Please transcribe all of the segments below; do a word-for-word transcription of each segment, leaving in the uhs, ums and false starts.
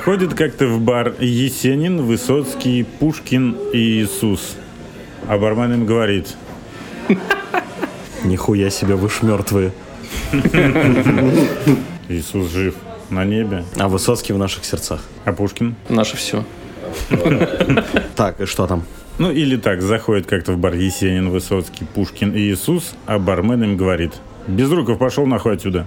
Заходит как-то в бар Есенин, Высоцкий, Пушкин и Иисус. А бармен им говорит: нихуя себе, вы ж мертвые. Иисус жив на небе. А Высоцкий в наших сердцах. А Пушкин? Наше все. Так, и что там? Ну или так, заходит как-то в бар Есенин, Высоцкий, Пушкин и Иисус, а бармен им говорит: Безруков, пошел нахуй отсюда.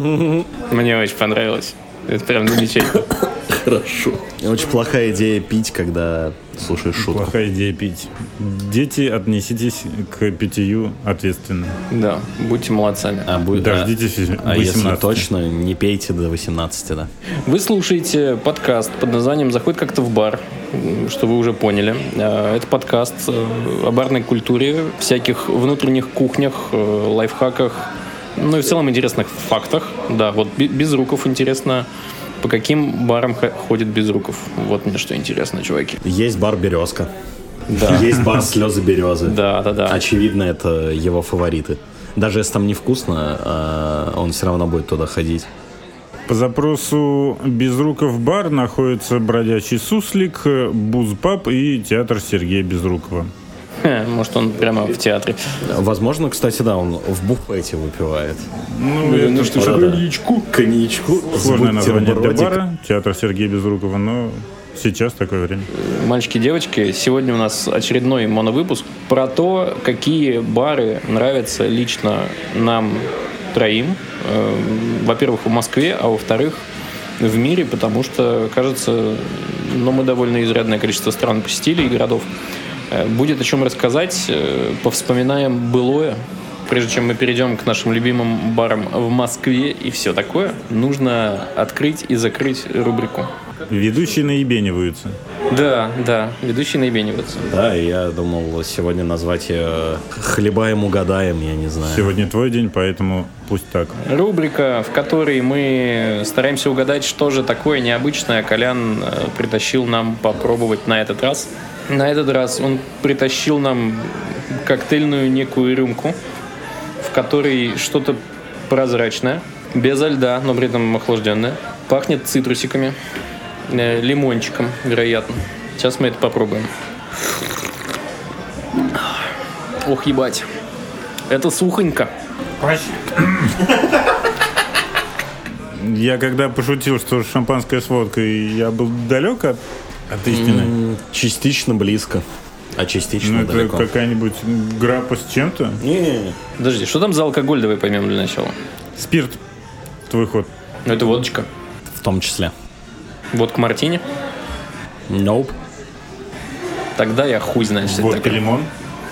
Мне очень понравилось. Это прям замечательно. Хорошо. Очень плохая идея пить, когда слушаешь шутку. Плохая идея пить. Дети, отнеситесь к питью ответственно. Да, будьте молодцами. А, будь, Дождитесь а, а если восемнадцати. точно, не пейте до восемнадцати, да. Вы слушаете подкаст под названием «Заходит как-то в бар», что вы уже поняли. Это подкаст о барной культуре, всяких внутренних кухнях, лайфхаках, ну и в целом интересных фактах. Да, вот Безруков интересно, по каким барам ходит Безруков. Вот мне что интересно, чуваки. Есть бар «Березка». Да. Есть бар «Слезы березы». Да, да, да. Очевидно, это его фавориты. Даже если там невкусно, он все равно будет туда ходить. По запросу Безруков бар находится бродячий суслик, Бузпаб и театр Сергея Безрукова. Может, он прямо в театре. Возможно, кстати, да, он в буфете выпивает. Ну, Ну, это ну что ж, правда. коньячку. Коньячку. Сложное название для бутербродик. бара, театр Сергея Безрукова, но сейчас такое время. Мальчики, девочки, сегодня у нас очередной моновыпуск про то, какие бары нравятся лично нам троим. Э, Во-первых, в Москве, а во-вторых, в мире, потому что, кажется, ну, мы довольно изрядное количество стран посетили и городов. Э, Будет о чем рассказать. Э, Повспоминаем былое. Прежде чем мы перейдем к нашим любимым барам в Москве и все такое, нужно открыть и закрыть рубрику. Ведущие наебениваются. Да, да, ведущий наебенивается. Да, и я думал сегодня назвать ее «Хлебаем, угадаем», я не знаю. Сегодня твой день, поэтому пусть так. Рубрика, в которой мы стараемся угадать, что же такое необычное Колян э, притащил нам попробовать на этот раз. На этот раз он притащил нам коктейльную некую рюмку, в которой что-то прозрачное, безо льда, но при этом охлажденное. Пахнет цитрусиками, э, лимончиком, вероятно. Сейчас мы это попробуем. Ох, ебать. Это сухонько. Я когда пошутил, что шампанское с водкой, я был далек от, от истины. М, Частично близко, а частично Ну, это далеко. какая-нибудь граппа с чем-то. Не, Подожди, что там за алкоголь, давай поймем для начала. Спирт. Твой ход. Ну, это водочка. в том числе. Водка мартини. Nope. Тогда я хуй знает, что это Водка такое. лимон.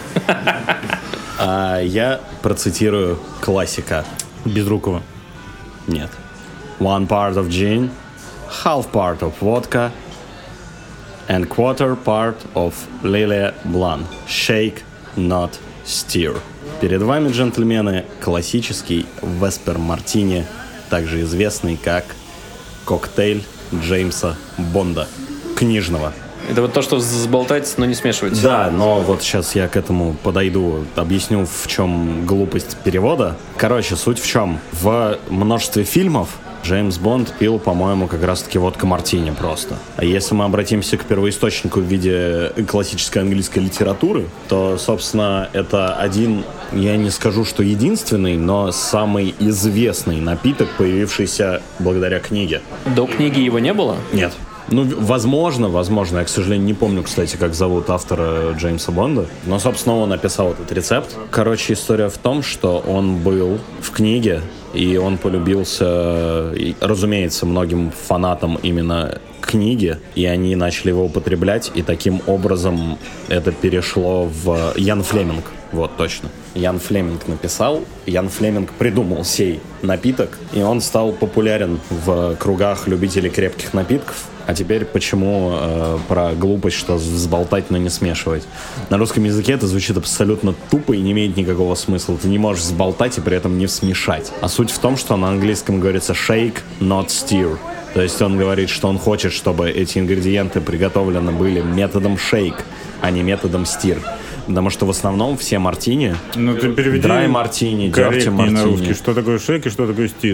А я процитирую классика. Безрукова. Нет. One part of gin, half part of vodka, and quarter part of Lillet Blanc. Shake, not stir. Перед вами, джентльмены, классический Веспер Мартини, также известный как коктейль Джеймса Бонда, книжного. Это вот то, что сболтать, но не смешивать. Да, но вот сейчас я к этому подойду, объясню, в чем глупость перевода. Короче, суть в чем? В множестве фильмов Джеймс Бонд пил, по-моему, как раз-таки водка мартини просто. А если мы обратимся к первоисточнику в виде классической английской литературы, то, собственно, это один, я не скажу, что единственный, но самый известный напиток, появившийся благодаря книге. До книги его не было? Нет. Ну, возможно, возможно. Я, к сожалению, не помню, кстати, как зовут автора Джеймса Бонда. Но, собственно, он написал этот рецепт. Короче, история в том, что он был в книге, и он полюбился, и, разумеется, многим фанатам именно книги, и они начали его употреблять, и таким образом это перешло в Ян Флеминг. Вот, точно. Ян Флеминг написал, Ян Флеминг придумал сей напиток, и он стал популярен в кругах любителей крепких напитков. А теперь почему э, про глупость, что взболтать, но не смешивать. На русском языке это звучит абсолютно тупо и не имеет никакого смысла. Ты не можешь взболтать и при этом не смешать. А суть в том, что на английском говорится shake, not stir. То есть он говорит, что он хочет, чтобы эти ингредиенты приготовлены были методом shake, а не методом stir. Потому что в основном все мартини, Ну, ты переведи драй мартини, дёрти корректнее на русский. мартини. Что такое шейк и что такое стир?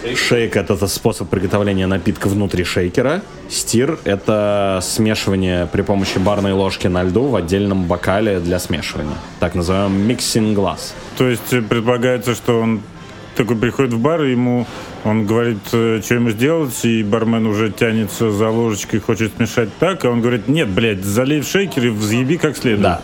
Шейк — это способ приготовления напитка внутри шейкера. Стир — это смешивание при помощи барной ложки на льду в отдельном бокале для смешивания. Так называемый mixing glass. То есть предполагается, что он такой приходит в бар, и ему он говорит, что ему сделать, и бармен уже тянется за ложечкой, хочет смешать так, а он говорит, нет, блядь, залей в шейкер и взъеби как следует. Да.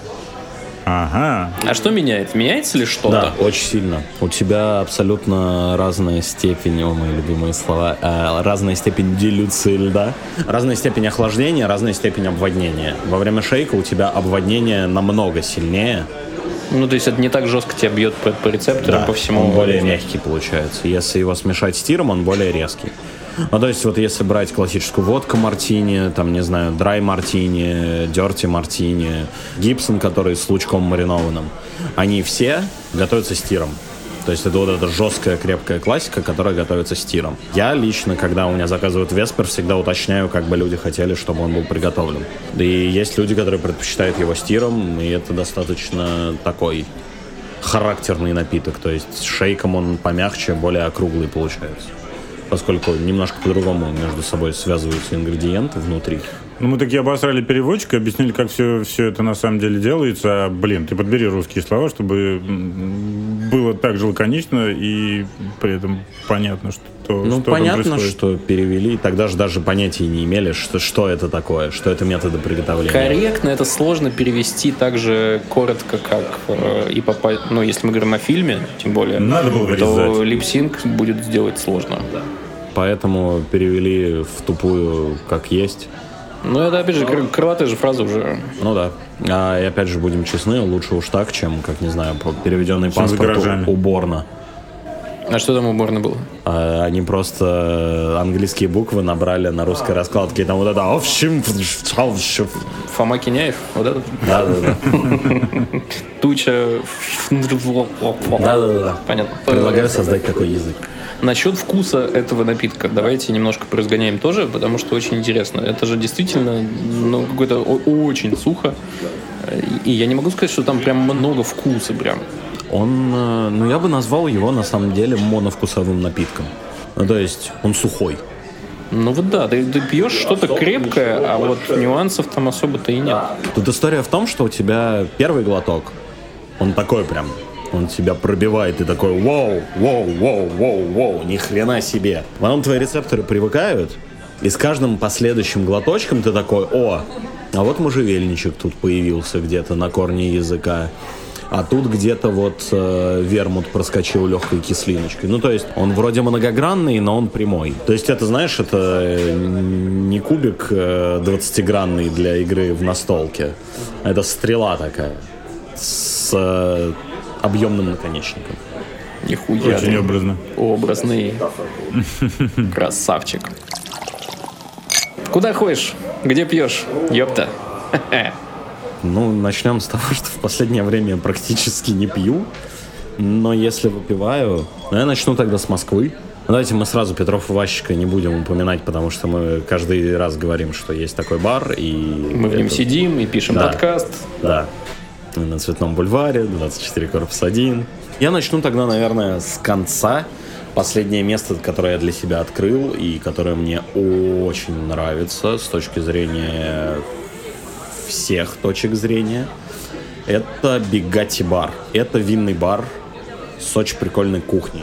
Ага. А что меняет? Меняется ли что-то? Да, очень сильно. У тебя абсолютно разная степень, о, мои любимые слова, э, разная степень дилюции льда, разная степень охлаждения, разная степень обводнения. Во время шейка у тебя обводнение намного сильнее. Ну, то есть это не так жестко тебя бьет по, по рецепторам, да, по всему. Он более мягкий получается. Если его смешать с тиром, он более резкий. Ну, то есть вот если брать классическую водку мартини, там, не знаю, драй мартини, дерти мартини, Гибсон, который с лучком маринованным, они все готовятся с тиром. То есть это вот эта жесткая, крепкая классика, которая готовится с тиром. Я лично, когда у меня заказывают Веспер, всегда уточняю, как бы люди хотели, чтобы он был приготовлен. Да и есть люди, которые предпочитают его с тиром, и это достаточно такой характерный напиток. То есть с шейком он помягче, более округлый получается. Поскольку немножко по-другому между собой связываются ингредиенты внутри. Ну, мы такие обосрали переводчика, объяснили, как все, все это на самом деле делается. А, блин, ты подбери русские слова, чтобы было так же лаконично и при этом понятно, что, ну, что понятно, там происходит. Что перевели, тогда же даже понятия не имели, что, что это такое, что это методы приготовления. Корректно это сложно перевести так же коротко, как э, и попасть. Ну, если мы говорим о фильме, тем более, надо было то липсинг будет сделать сложно. Да. Поэтому перевели в тупую, как есть. Ну, это, опять же, кр- крылатая же фраза уже. Ну да. А, и опять же, будем честны, лучше уж так, чем, как, не знаю, переведенный чем паспорт уборно. А что там уборно было? А, они просто английские буквы набрали на русской раскладке. И там вот это... Фома Киняев? Вот это? Да, да, да. Туча... Да, да, да. Понятно. Предлагаю создать такой язык. Насчет вкуса этого напитка давайте немножко поразгоняем тоже, потому что очень интересно. Это же действительно, ну, какое-то очень сухо. И я не могу сказать, что там прям много вкуса прям. Он, ну, я бы назвал его на самом деле моновкусовым напитком. Ну, то есть он сухой. Ну вот да, ты, ты пьешь что-то крепкое, а вот нюансов там особо-то и нет. Тут история в том, что у тебя первый глоток, он такой прям... Он тебя пробивает, и такой воу, воу, воу, воу, воу, ни хрена себе. Потом твои рецепторы привыкают, и с каждым последующим глоточком ты такой, о, а вот можжевельничек тут появился где-то на корне языка. А тут где-то вот э, вермут проскочил легкой кислиночкой. Ну, то есть он вроде многогранный, но он прямой. То есть это, знаешь, это не кубик э, двадцатигранный для игры в настолке. Это стрела такая с... Э, объемным наконечником. Нихуя. Очень образно. Образный. Красавчик. Куда ходишь? Где пьешь? Ёпта. Ну, начнем с того, что в последнее время практически не пью. Но если выпиваю, ну, я начну тогда с Москвы. Давайте мы сразу Петров и Ващика не будем упоминать, потому что мы каждый раз говорим, что есть такой бар. И мы в нем это... сидим и пишем да. подкаст. Да. На Цветном бульваре, двадцать четыре корпус один. Я начну тогда, наверное, с конца. Последнее место, которое я для себя открыл и которое мне очень нравится с точки зрения всех точек зрения, это Бигатти бар. Это винный бар с очень прикольной кухней.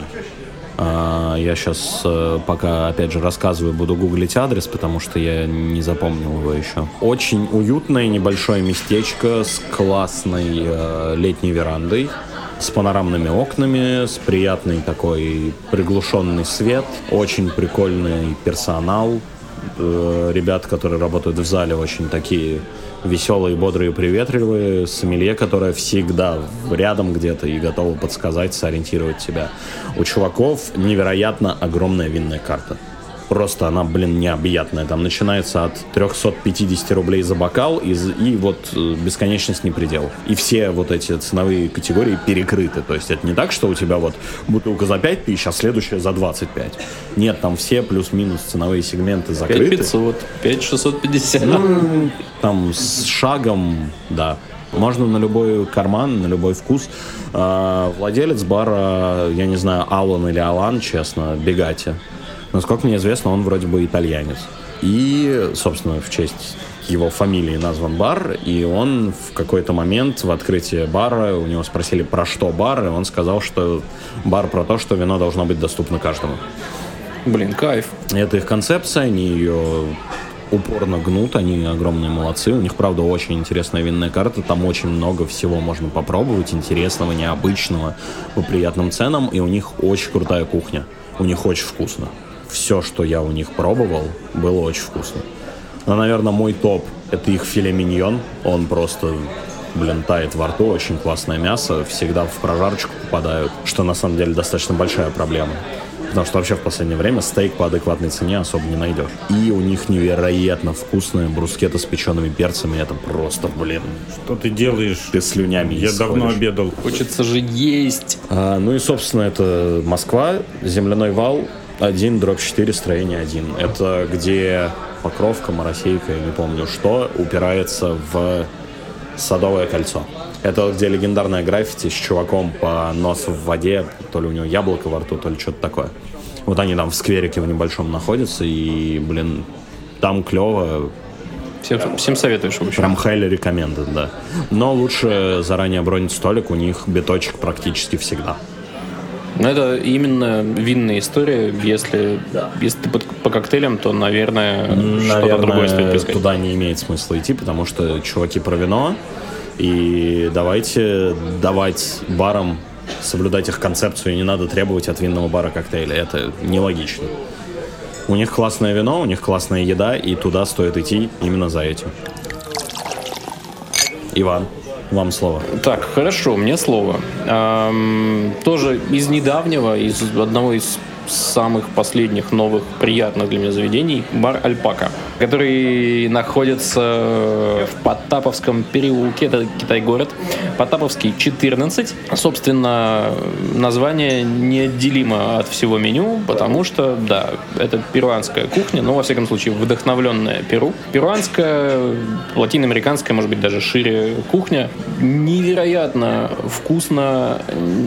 Я сейчас, пока, опять же, рассказываю, буду гуглить адрес, потому что я не запомнил его еще. Очень уютное небольшое местечко с классной э, летней верандой, с панорамными окнами, с приятный такой приглушенный свет, очень прикольный персонал. Э, ребята, которые работают в зале, очень такие веселые, бодрые, приветливые, сомелье, которая всегда рядом где-то и готова подсказать, сориентировать тебя. У чуваков невероятно огромная винная карта. Просто она, блин, необъятная. Там начинается от триста пятьдесят рублей за бокал и, и вот бесконечность не предел. И все вот эти ценовые категории перекрыты. То есть это не так, что у тебя вот бутылка за пять тысяч, а следующая за двадцать пять. Нет, там все плюс-минус ценовые сегменты закрыты. пять пятьсот, пять шестьсот пятьдесят. Ну, там с шагом, да. Можно на любой карман, на любой вкус. Владелец бара, я не знаю, Алан или Алан, честно, Бегати. Насколько мне известно, он вроде бы итальянец. И, собственно, в честь его фамилии назван бар, и он в какой-то момент в открытии бара, у него спросили, про что бар, и он сказал, что бар про то, что вино должно быть доступно каждому. Блин, кайф. Это их концепция, они ее упорно гнут, они огромные молодцы. У них, правда, очень интересная винная карта, там очень много всего можно попробовать, интересного, необычного, по приятным ценам, и у них очень крутая кухня. У них очень вкусно. Все, что я у них пробовал, было очень вкусно. Но, наверное, мой топ — это их филе миньон. Он просто, блин, тает во рту. Очень классное мясо. Всегда в прожарочку попадают, что на самом деле достаточно большая проблема. Потому что вообще в последнее время стейк по адекватной цене особо не найдешь. И у них невероятно вкусные брускеты с печеными перцами. Это просто, блин. Что ты делаешь? Ты слюнями Я исходишь. давно обедал. Хочется же есть. А, ну и, собственно, это Москва, земляной вал, один, дробь четыре, строение один. Это где Покровка, Моросейка, я не помню что, упирается в Садовое кольцо. Это где легендарная граффити с чуваком по носу в воде, то ли у него яблоко во рту, то ли что-то такое. Вот они там в скверике в небольшом находятся, и, блин, там клево. Всем, всем советуешь, в общем. Прям highly recommended, да. Но лучше заранее бронить столик, у них биточек практически всегда. Но это именно винная история. Если, да. если ты по, по коктейлям, то, наверное, наверное что-то другое стоит искать. Туда не имеет смысла идти, потому что чуваки про вино. И давайте давать барам соблюдать их концепцию. И не надо требовать от винного бара коктейля. Это нелогично. У них классное вино, у них классная еда, и туда стоит идти именно за этим. Иван, вам слово. Так, хорошо, мне слово. Эм, тоже из недавнего, из одного из самых последних новых приятных для меня заведений, бар «Альпака», который находится в Потаповском переулке, это Китай-город, Потаповский, четырнадцать. Собственно, название неотделимо от всего меню, потому что, да, это перуанская кухня, но, во всяком случае, вдохновленная Перу. Перуанская, латиноамериканская, может быть, даже шире кухня. Невероятно вкусно,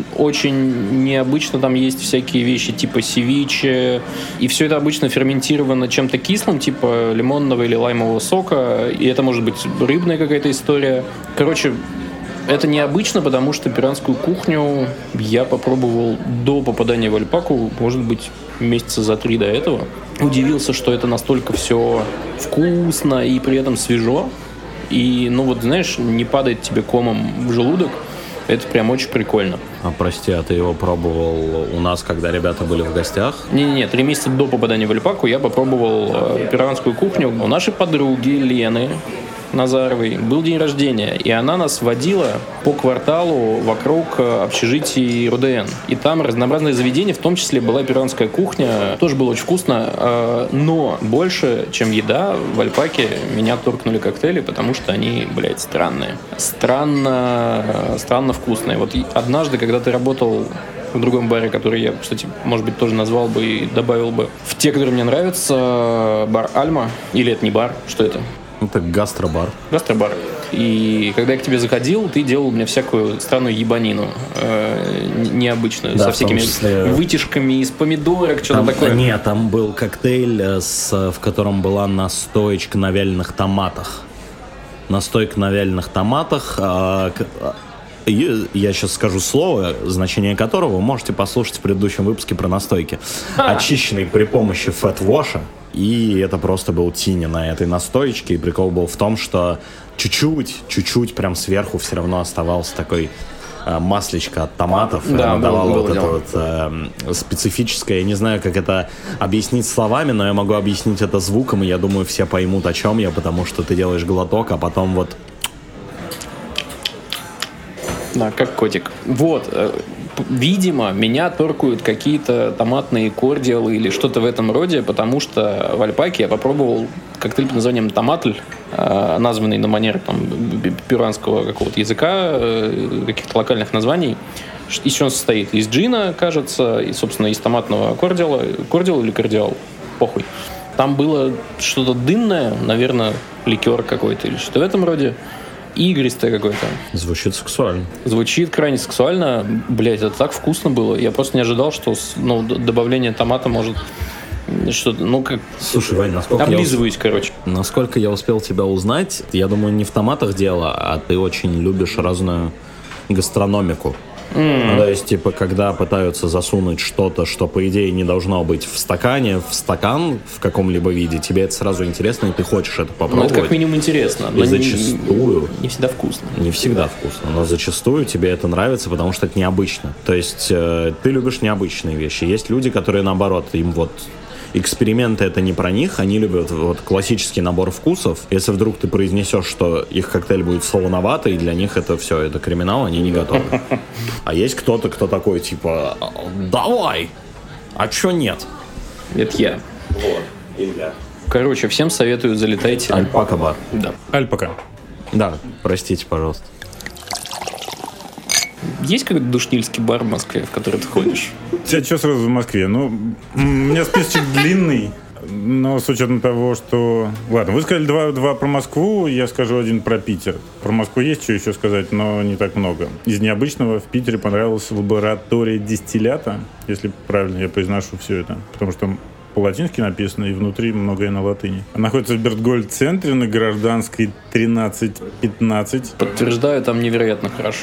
очень необычно, там есть всякие вещи типа севиче, и все это обычно ферментировано чем-то кислым, типа лимонного или лаймового сока, и это может быть рыбная какая-то история. Короче, это необычно, потому что перуанскую кухню я попробовал до попадания в Альпаку, может быть, месяца за три до этого. Удивился, что это настолько все вкусно и при этом свежо. И, ну вот, знаешь, не падает тебе комом в желудок. Это прям очень прикольно. А прости, а ты его пробовал у нас, когда ребята были в гостях? Не-не-не, три месяца до попадания в Альпаку я попробовал э, перуанскую кухню. У нашей подруги Лены Назаровой был день рождения, и она нас водила по кварталу вокруг общежитий РУДН. И там разнообразные заведения, в том числе была перуанская кухня. Тоже было очень вкусно, но больше, чем еда, в Альпаке меня торкнули коктейли, потому что они, блядь, странные. Странно, странно вкусные. Вот однажды, когда ты работал в другом баре, который я, кстати, может быть, тоже назвал бы и добавил бы в те, которые мне нравятся, бар «Альма». Или это не бар? Что это? Это гастробар. Гастробар. И когда я к тебе заходил, ты делал мне всякую странную ебанину. Э, необычную. Да, со всякими числе... вытяжками из помидорок, что-то там, такое. Нет, там был коктейль, с, в котором была настоечка на вяленых томатах. Настойка на вяленых томатах. А, я сейчас скажу слово, значение которого вы можете послушать в предыдущем выпуске про настойки. Очищенный при помощи фэтвоша. И это просто был тини на этой настоечке. И прикол был в том, что чуть-чуть, чуть-чуть прям сверху все равно оставался такой э, маслечко от томатов. Да, оно давало было, вот это вот э, специфическое. Я не знаю, как это объяснить словами, но я могу объяснить это звуком, и я думаю, все поймут, о чем я, потому что ты делаешь глоток, а потом вот... Да, как котик. Вот. Видимо, меня торкают какие-то томатные кордиалы или что-то в этом роде, потому что в Альпаке я попробовал коктейль под названием «Томатль», названный на манер там, перуанского какого-то языка, каких-то локальных названий. Из чего он состоит? Из джина, кажется, и, собственно, из томатного кордиала. Кордиал или кардиал? Похуй. Там было что-то дымное, наверное, ликер какой-то или что-то в этом роде. игристое какое-то. Звучит сексуально. Звучит крайне сексуально. Блять, это так вкусно было. Я просто не ожидал, что ну, добавление томата может... Что-то, ну как... Слушай, Вань, насколько облизываюсь, я... короче. Насколько я успел тебя узнать, я думаю, не в томатах дело, а ты очень любишь разную гастрономику. Mm. Ну, то есть, типа, когда пытаются засунуть что-то, что, по идее, не должно быть в стакане, в стакан в каком-либо виде, тебе это сразу интересно, и ты хочешь это попробовать. Ну, это как минимум интересно. И зачастую... Не, не всегда вкусно. Не всегда вкусно, но зачастую тебе это нравится, потому что это необычно. То есть, э, ты любишь необычные вещи. Есть люди, которые, наоборот, им вот... Эксперименты — это не про них, они любят вот классический набор вкусов. Если вдруг ты произнесешь, что их коктейль будет солоноватый, для них это все, это криминал, они не готовы. А есть кто-то, кто такой, типа, давай, а чё нет? Это я. Вот, и я. Короче, всем советую, залетайте. Альпака бар. Да. Альпака. Да, простите, пожалуйста. Есть какой-то душнильский бар в Москве, в который ты ходишь? Тебя что сразу в Москве? Ну, у меня списочек длинный, но с учетом того, что... Ладно, вы сказали два, два про Москву, я скажу один про Питер. Про Москву есть что еще сказать, но не так много. Из необычного в Питере понравилась лаборатория дистиллята, если правильно я произношу все это, потому что по-латински написано, и внутри многое на латыни. Находится в Бертгольд-центре на Гражданской тринадцать пятнадцать. Подтверждаю, там невероятно хорошо.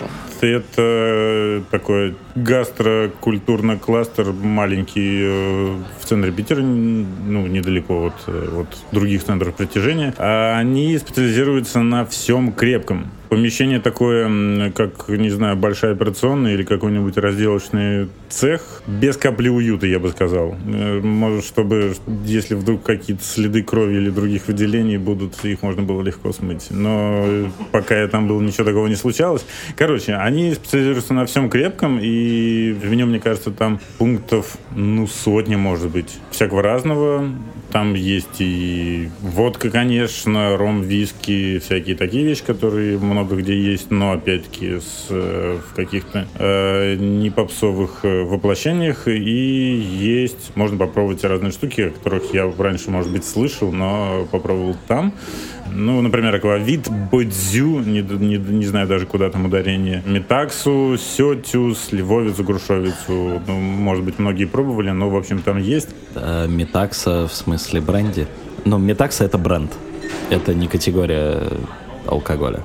Это такой гастрокультурный кластер маленький в центре Питера, ну, недалеко от, от других центров притяжения. Они специализируются на всем крепком. Помещение такое, как, не знаю, большая операционная или какой-нибудь разделочный цех, без капли уюта, я бы сказал. Может, чтобы, если вдруг какие-то следы крови или других выделений будут, их можно было легко смыть. Но пока я там был, ничего такого не случалось. Короче, они специализируются на всем крепком, и в нем, мне кажется, там пунктов, ну, сотни, может быть. Всякого разного. Там есть и водка, конечно, ром, виски, всякие такие вещи, которые много где есть, но, опять-таки, с, в каких-то э, не попсовых воплощениях. И есть, можно попробовать разные штуки, о которых я раньше, может быть, слышал, но попробовал там. Ну, например, аквавит, бодзю, не, не, не знаю даже, куда там ударение, метаксу, сетю, сливовицу, грушовицу. Ну, может быть, многие пробовали, но, в общем, там есть. А, метакса в смысле бренди? Ну, метакса — это бренд. Это не категория алкоголя.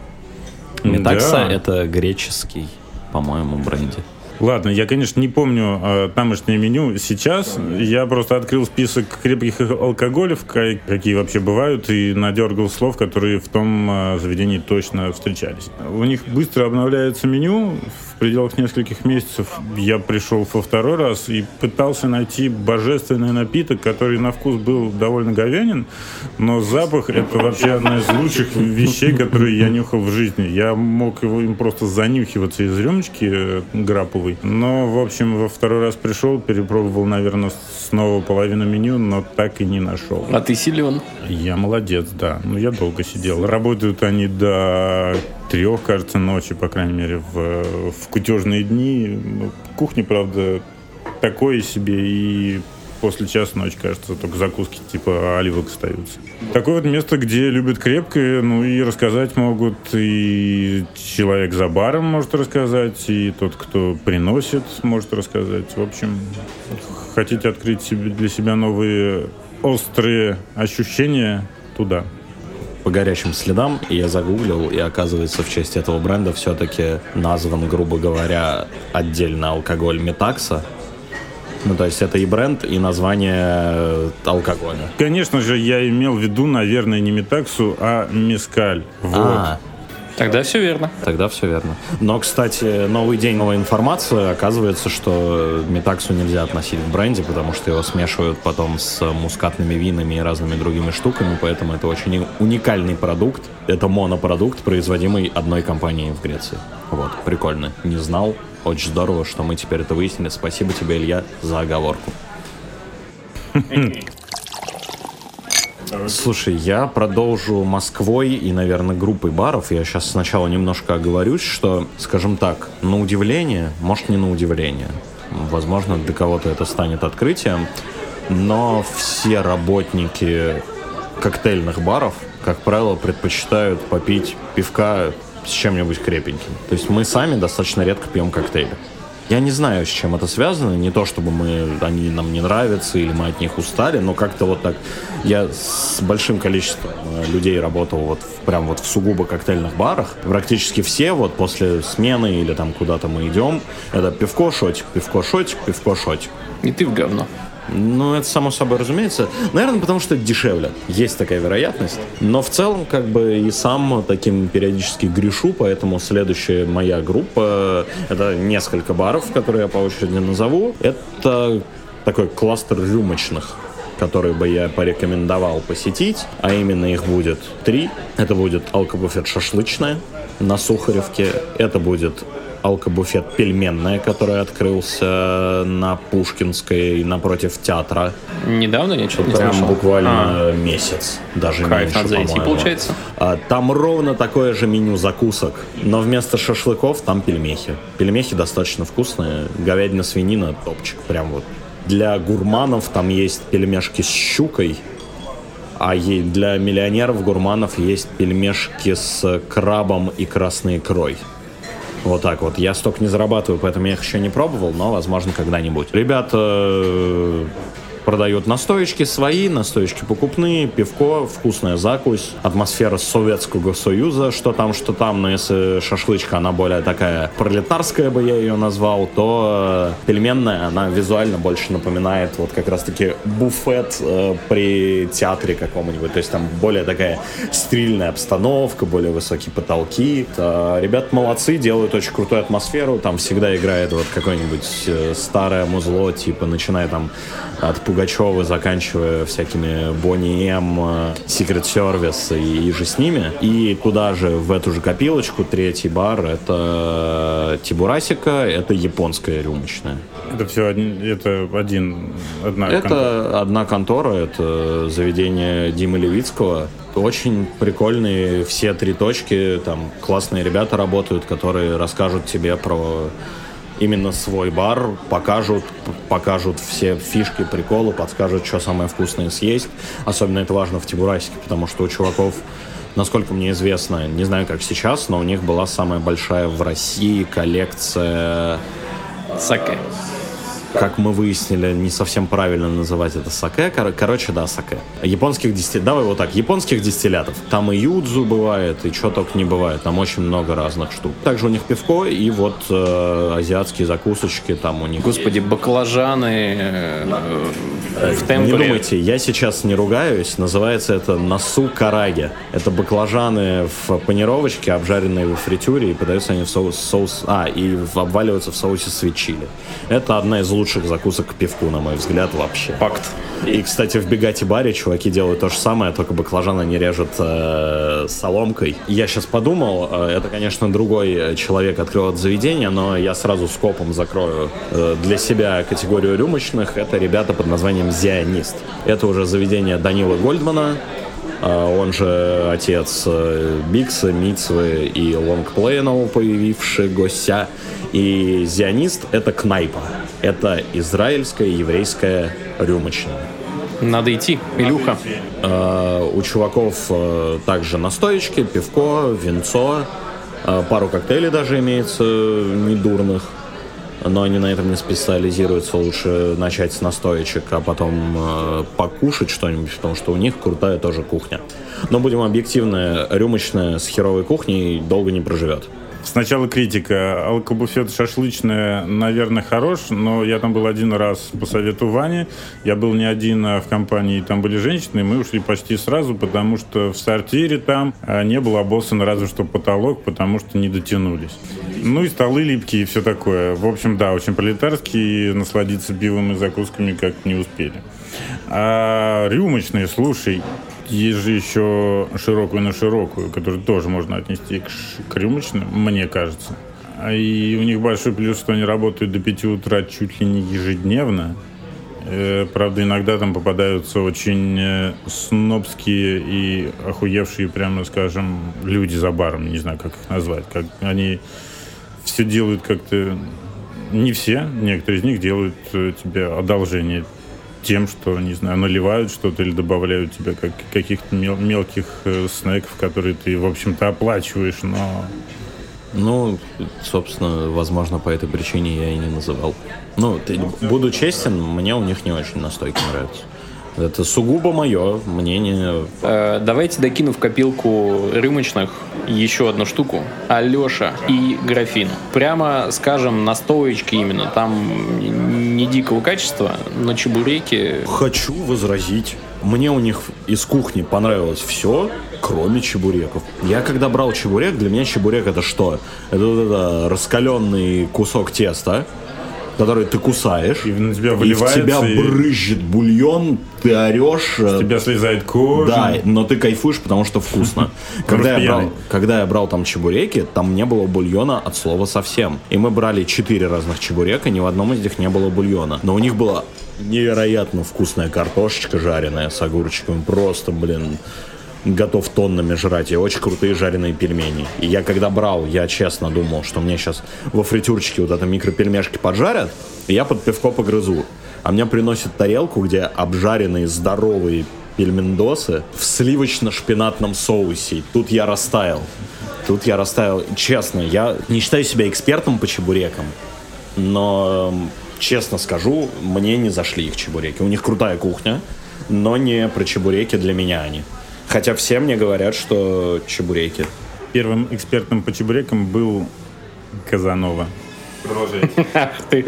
Метакса да. — это греческий, по-моему, бренди. Ладно, я, конечно, не помню э, тамошнее меню сейчас. Я просто открыл список крепких алкоголев, какие вообще бывают, и надергал слов, которые в том э, заведении точно встречались. У них быстро обновляется меню. В пределах нескольких месяцев я пришел во второй раз и пытался найти божественный напиток, который на вкус был довольно говянен, но запах — это вообще одна из лучших вещей, которые я нюхал в жизни. Я мог его им просто занюхиваться из рюмочки э, граповой. Но, в общем, во второй раз пришел, перепробовал, наверное, снова половину меню, но так и не нашел. А ты силен? Я молодец, да. Ну, я долго сидел. Работают они до трех, кажется, ночи, по крайней мере, в, в кутежные дни. Кухня, правда, такое себе, и после часа ночи, кажется, только закуски типа оливок остаются. Такое вот место, где любят крепкое, ну и рассказать могут, и человек за баром может рассказать, и тот, кто приносит, может рассказать. В общем, хотите открыть себе, для себя новые острые ощущения — туда. По горячим следам я загуглил, и оказывается, в честь этого бренда все-таки назван, грубо говоря, отдельно алкоголь метакса. Ну, то есть это и бренд, и название алкоголя. Конечно же, я имел в виду, наверное, не метаксу, а мескаль. Вот. А, тогда все верно. Тогда все верно. Но, кстати, новый день, новая информация. Оказывается, что метаксу нельзя относить к бренде, потому что его смешивают потом с мускатными винами и разными другими штуками, поэтому это очень уникальный продукт. Это монопродукт, производимый одной компанией в Греции. Вот, прикольно. Не знал. Очень здорово, что мы теперь это выяснили. Спасибо тебе, Илья, за оговорку. Слушай, я продолжу Москвой и, наверное, группой баров. Я сейчас сначала немножко оговорюсь, что, скажем так, на удивление, может, не на удивление. Возможно, для кого-то это станет открытием. Но все работники коктейльных баров, как правило, предпочитают попить пивка с чем-нибудь крепеньким. То есть мы сами достаточно редко пьем коктейли. Я не знаю, с чем это связано. Не то, чтобы мы, они нам не нравятся или мы от них устали, но как-то вот так... Я с большим количеством людей работал вот в, прям вот в сугубо коктейльных барах. Практически все вот после смены или там куда-то мы идем, это пивко, шотик, пивко, шотик, пивко, шотик. И ты в говно. Ну, это само собой разумеется. Наверное, потому что это дешевле. Есть такая вероятность. Но в целом, как бы, и сам таким периодически грешу, поэтому следующая моя группа, это несколько баров, которые я по очереди назову. Это такой кластер рюмочных, которые бы я порекомендовал посетить. А именно их будет три. Это будет алкобуфет «Шашлычная» на Сухаревке. Это будет алкобуфет «Пельменная», который открылся на Пушкинской напротив театра. Недавно я что-то не Прям слышал. буквально а. месяц, даже Кайф, меньше, надо зайти, по-моему. получается? А, там ровно такое же меню закусок, но вместо шашлыков там пельмехи. Пельмехи достаточно вкусные, говядина, свинина, топчик, прям вот. Для гурманов там есть пельмешки с щукой, а для миллионеров-гурманов есть пельмешки с крабом и красной икрой. Вот так вот. Я столько не зарабатываю, поэтому я их еще не пробовал, но, возможно, когда-нибудь. Ребята продают настоечки свои, настоечки покупные, пивко, вкусная закусь, атмосфера Советского Союза, что там, что там, но если шашлычка, она более такая пролетарская, бы я ее назвал, то пельменная, она визуально больше напоминает вот как раз-таки буфет э, при театре каком-нибудь, то есть там более такая стерильная обстановка, более высокие потолки. А, ребят молодцы, делают очень крутую атмосферу, там всегда играет вот какое-нибудь э, старое музло, типа начиная там от Пугачева, заканчивая всякими Бонни М, Secret Service и, и же с ними. И туда же, в эту же копилочку, третий бар, это Тибурасика, это японская рюмочная. Это все один, это один, одна это контора? Это одна контора, это заведение Димы Левицкого. Очень прикольные все три точки, там классные ребята работают, которые расскажут тебе про именно свой бар, покажут, покажут все фишки, приколы, подскажут, что самое вкусное съесть. Особенно это важно в Тибурасике, потому что у чуваков, насколько мне известно, не знаю, как сейчас, но у них была самая большая в России коллекция саке. Как мы выяснили, не совсем правильно называть это саке. Кор- короче, да, саке. Японских дистиллятов. Давай вот так. Японских дистиллятов. Там и юдзу бывает, и что только не бывает. Там очень много разных штук. Также у них пивко и вот э, азиатские закусочки. Там у них... Господи, баклажаны э, в темпоре. Не думайте, я сейчас не ругаюсь. Называется это насу караге. Это баклажаны в панировочке, обжаренные во фритюре, и подаются они в соус... соус а, и обваливаются в соусе свит чили. Это одна из лучших закусок к пивку, на мой взгляд, вообще. Факт. И, кстати, в Бегати-баре чуваки делают то же самое, только баклажан они режут э, соломкой. Я сейчас подумал, э, это, конечно, другой человек открыл это заведение, но я сразу скопом закрою э, для себя категорию рюмочных. Это ребята под названием «Зионист». Это уже заведение Данилы Гольдмана, э, он же отец э, Бикса, Мицвы и лонгплейнов, появившегося. И «Зионист» — это кнайпа. Это израильская еврейская рюмочная. Надо идти. Илюха. Э, у чуваков э, также настоечки, пивко, винцо. Э, пару коктейлей даже имеется недурных. Но они на этом не специализируются. Лучше начать с настоечек, а потом э, покушать что-нибудь, потому что у них крутая тоже кухня. Но будем объективны, рюмочная с херовой кухней долго не проживет. Сначала критика. Алкобуфет «Шашлычная», наверное, хорош, но я там был один раз по совету Вани. Я был не один, а в компании там были женщины, и мы ушли почти сразу, потому что в сортире там не было обоссан разве что потолок, потому что не дотянулись. Ну и столы липкие и все такое. В общем, да, очень пролетарские, и насладиться пивом и закусками как не успели. А рюмочные, слушай, есть же еще широкую на широкую, которую тоже можно отнести к, ш- к рюмочным, мне кажется. И у них большой плюс, что они работают до пяти утра чуть ли не ежедневно. Э, правда, иногда там попадаются очень э, снобские и охуевшие, прямо скажем, люди за баром, не знаю, как их назвать. Как они все делают как-то... Не все, некоторые из них делают э, тебе одолжение тем, что, не знаю, наливают что-то или добавляют тебе как, каких-то мел- мелких э, снеков, которые ты, в общем-то, оплачиваешь, но... Ну, собственно, возможно, по этой причине я и не называл. Ну, ты, буду честен, мне у них не очень настойки нравятся. Это сугубо мое мнение. Э, давайте докину в копилку рюмочных еще одну штуку. Алеша и графин. Прямо, скажем, настоечки именно. Там не дикого качества, но чебуреки... Хочу возразить. Мне у них из кухни понравилось все, кроме чебуреков. Я когда брал чебурек, для меня чебурек это что? Это вот это раскаленный кусок теста, который ты кусаешь, и на тебя выливается, и в тебя и... брызжет бульон, ты орешь. С тебя слезает кожа. Да, но ты кайфуешь, потому что вкусно. Когда я, брал, когда я брал там чебуреки, там не было бульона от слова совсем. И мы брали четыре разных чебурека, ни в одном из них не было бульона. Но у них была невероятно вкусная картошечка жареная с огурчиком. Просто, блин... готов тоннами жрать, и очень крутые жареные пельмени. И я когда брал, я честно думал, что мне сейчас во фритюрчике вот это микропельмешки поджарят, и я под пивко погрызу. А мне приносят тарелку, где обжаренные здоровые пельмендосы в сливочно-шпинатном соусе. И тут я растаял. Тут я растаял. Честно, я не считаю себя экспертом по чебурекам, но, честно скажу, мне не зашли их чебуреки. У них крутая кухня, но не про чебуреки для меня они. Хотя все мне говорят, что чебуреки. Первым экспертом по чебурекам был Казанова. Продолжай. Ах ты.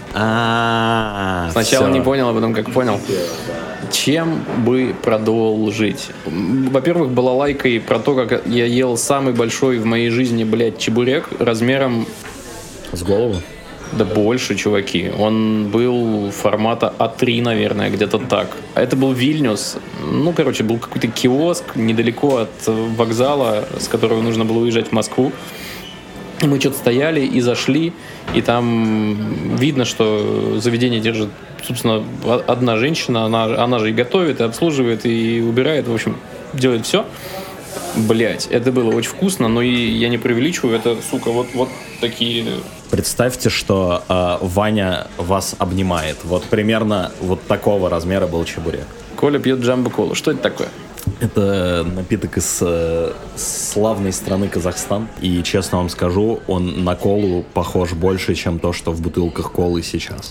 А, Сначала не понял, а потом как понял. Чем бы продолжить? Во-первых, была лайка про то, как я ел самый большой в моей жизни, блядь, чебурек размером... С голову? Да больше, чуваки. Он был формата а три, наверное, где-то так. Это был Вильнюс. Ну, короче, был какой-то киоск недалеко от вокзала, с которого нужно было уезжать в Москву. И мы что-то стояли и зашли, и там видно, что заведение держит, собственно, одна женщина. Она, она же и готовит, и обслуживает, и убирает. В общем, делает все. Блять, это было очень вкусно, но и я не преувеличиваю, это, сука, вот, вот такие... Представьте, что э, Ваня вас обнимает. Вот примерно вот такого размера был чебурек. Коля пьет джамбо-колу. Что это такое? Это напиток из э, славной страны Казахстан. И, честно вам скажу, он на колу похож больше, чем то, что в бутылках колы сейчас.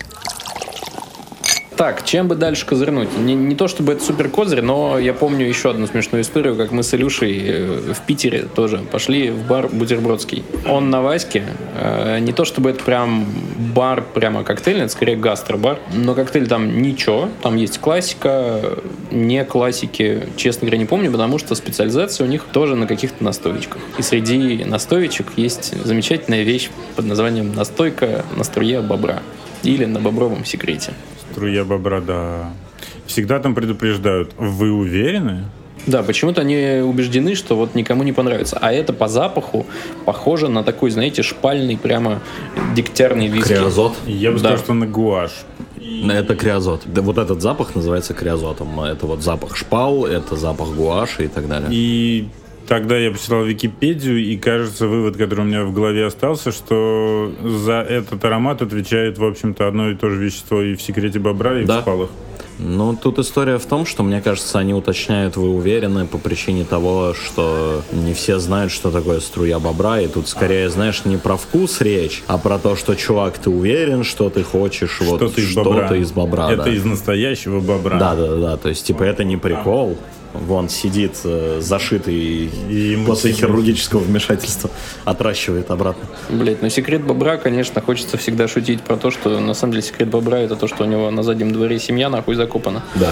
Так, чем бы дальше козырнуть? Не, не то чтобы это супер козырь, но я помню еще одну смешную историю, как мы с Илюшей в Питере тоже пошли в бар Бутербродский. Он на Ваське. Э, не то чтобы это прям бар, прямо коктейльный, это скорее гастробар. Но коктейль там ничего. Там есть классика, не классики, честно говоря, не помню, потому что специализация у них тоже на каких-то настоечках. И среди настоечек есть замечательная вещь под названием настойка на струе бобра. Или на бобровом секрете. Струя бобра, да. Всегда там предупреждают. Вы уверены? Да, почему-то они убеждены, что вот никому не понравится. А это по запаху похоже на такой, знаете, шпальный, прямо дегтярный виски. Криозот? Я бы да. сказал, что на гуашь. Это криозот. Да, вот этот запах называется криозотом. Это вот запах шпал, это запах гуаши и так далее. И тогда я почитал Википедию, и, кажется, вывод, который у меня в голове остался, что за этот аромат отвечает, в общем-то, одно и то же вещество и в секрете бобра, и да. в шпалах. Ну, тут история в том, что, мне кажется, они уточняют, вы уверены, по причине того, что не все знают, что такое струя бобра, и тут скорее, знаешь, не про вкус речь, а про то, что, чувак, ты уверен, что ты хочешь что-то вот из что-то бобра. из бобра. Это да. из настоящего бобра. Да-да-да, то есть, типа, это не прикол. Вон сидит э, зашитый и после хирургического вмешательства, отращивает обратно. Блять, ну секрет бобра, конечно, хочется всегда шутить про то, что на самом деле секрет бобра это то, что у него на заднем дворе семья нахуй закопана. Да.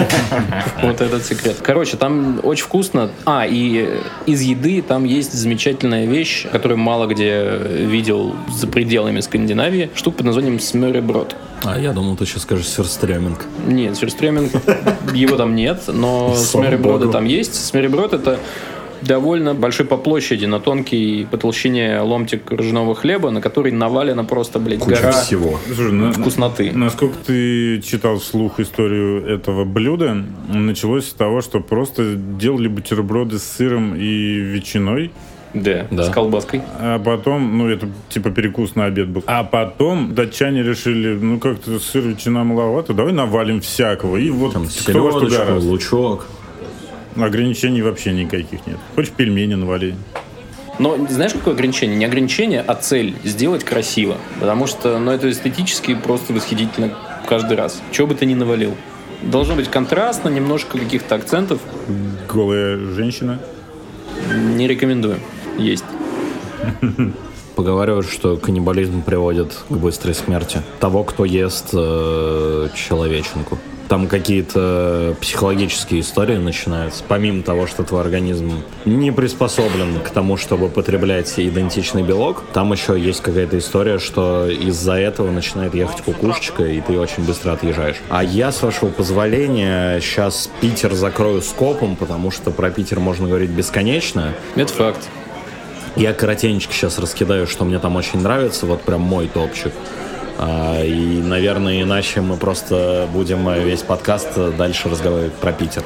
Вот этот секрет. Короче, там очень вкусно. А, и из еды там есть замечательная вещь, которую мало где видел за пределами Скандинавии. Штука под названием смёреброд. А я думал, ты сейчас скажешь сюрстреминг. Нет, сюрстреминг, его там нет, но смёреброды там есть. Смёреброд — это довольно большой по площади, на тонкий по толщине ломтик ржаного хлеба, на который навалена просто, блядь, куча гора всего. Слушай, на, вкусноты. Насколько ты читал вслух историю этого блюда, началось с того, что просто делали бутерброды с сыром и ветчиной. Да, Да. с колбаской. А потом, ну, это типа перекус на обед был. А потом датчане решили, ну, как-то сыр, ветчина маловато, давай навалим всякого. И вот Там кто во что селедочку, гораздо. лучок. Ограничений вообще никаких нет. Хочешь пельмени навали. Но знаешь, какое ограничение? Не ограничение, а цель – сделать красиво. Потому что, ну, это эстетически просто восхитительно каждый раз. Чего бы ты ни навалил. Должно быть контрастно, немножко каких-то акцентов. Голая женщина. Не рекомендую есть. Поговаривают, что каннибализм приводит к быстрой смерти того, кто ест э, человеченку. Там какие-то психологические истории начинаются. Помимо того, что твой организм не приспособлен к тому, чтобы потреблять идентичный белок, там еще есть какая-то история, что из-за этого начинает ехать кукушечка, и ты очень быстро отъезжаешь. А я, с вашего позволения, сейчас Питер закрою скопом, потому что про Питер можно говорить бесконечно. Это факт. Я коротенечко сейчас раскидаю, что мне там очень нравится, вот прям мой топчик. А, и, наверное, иначе мы просто будем весь подкаст дальше разговаривать про Питер.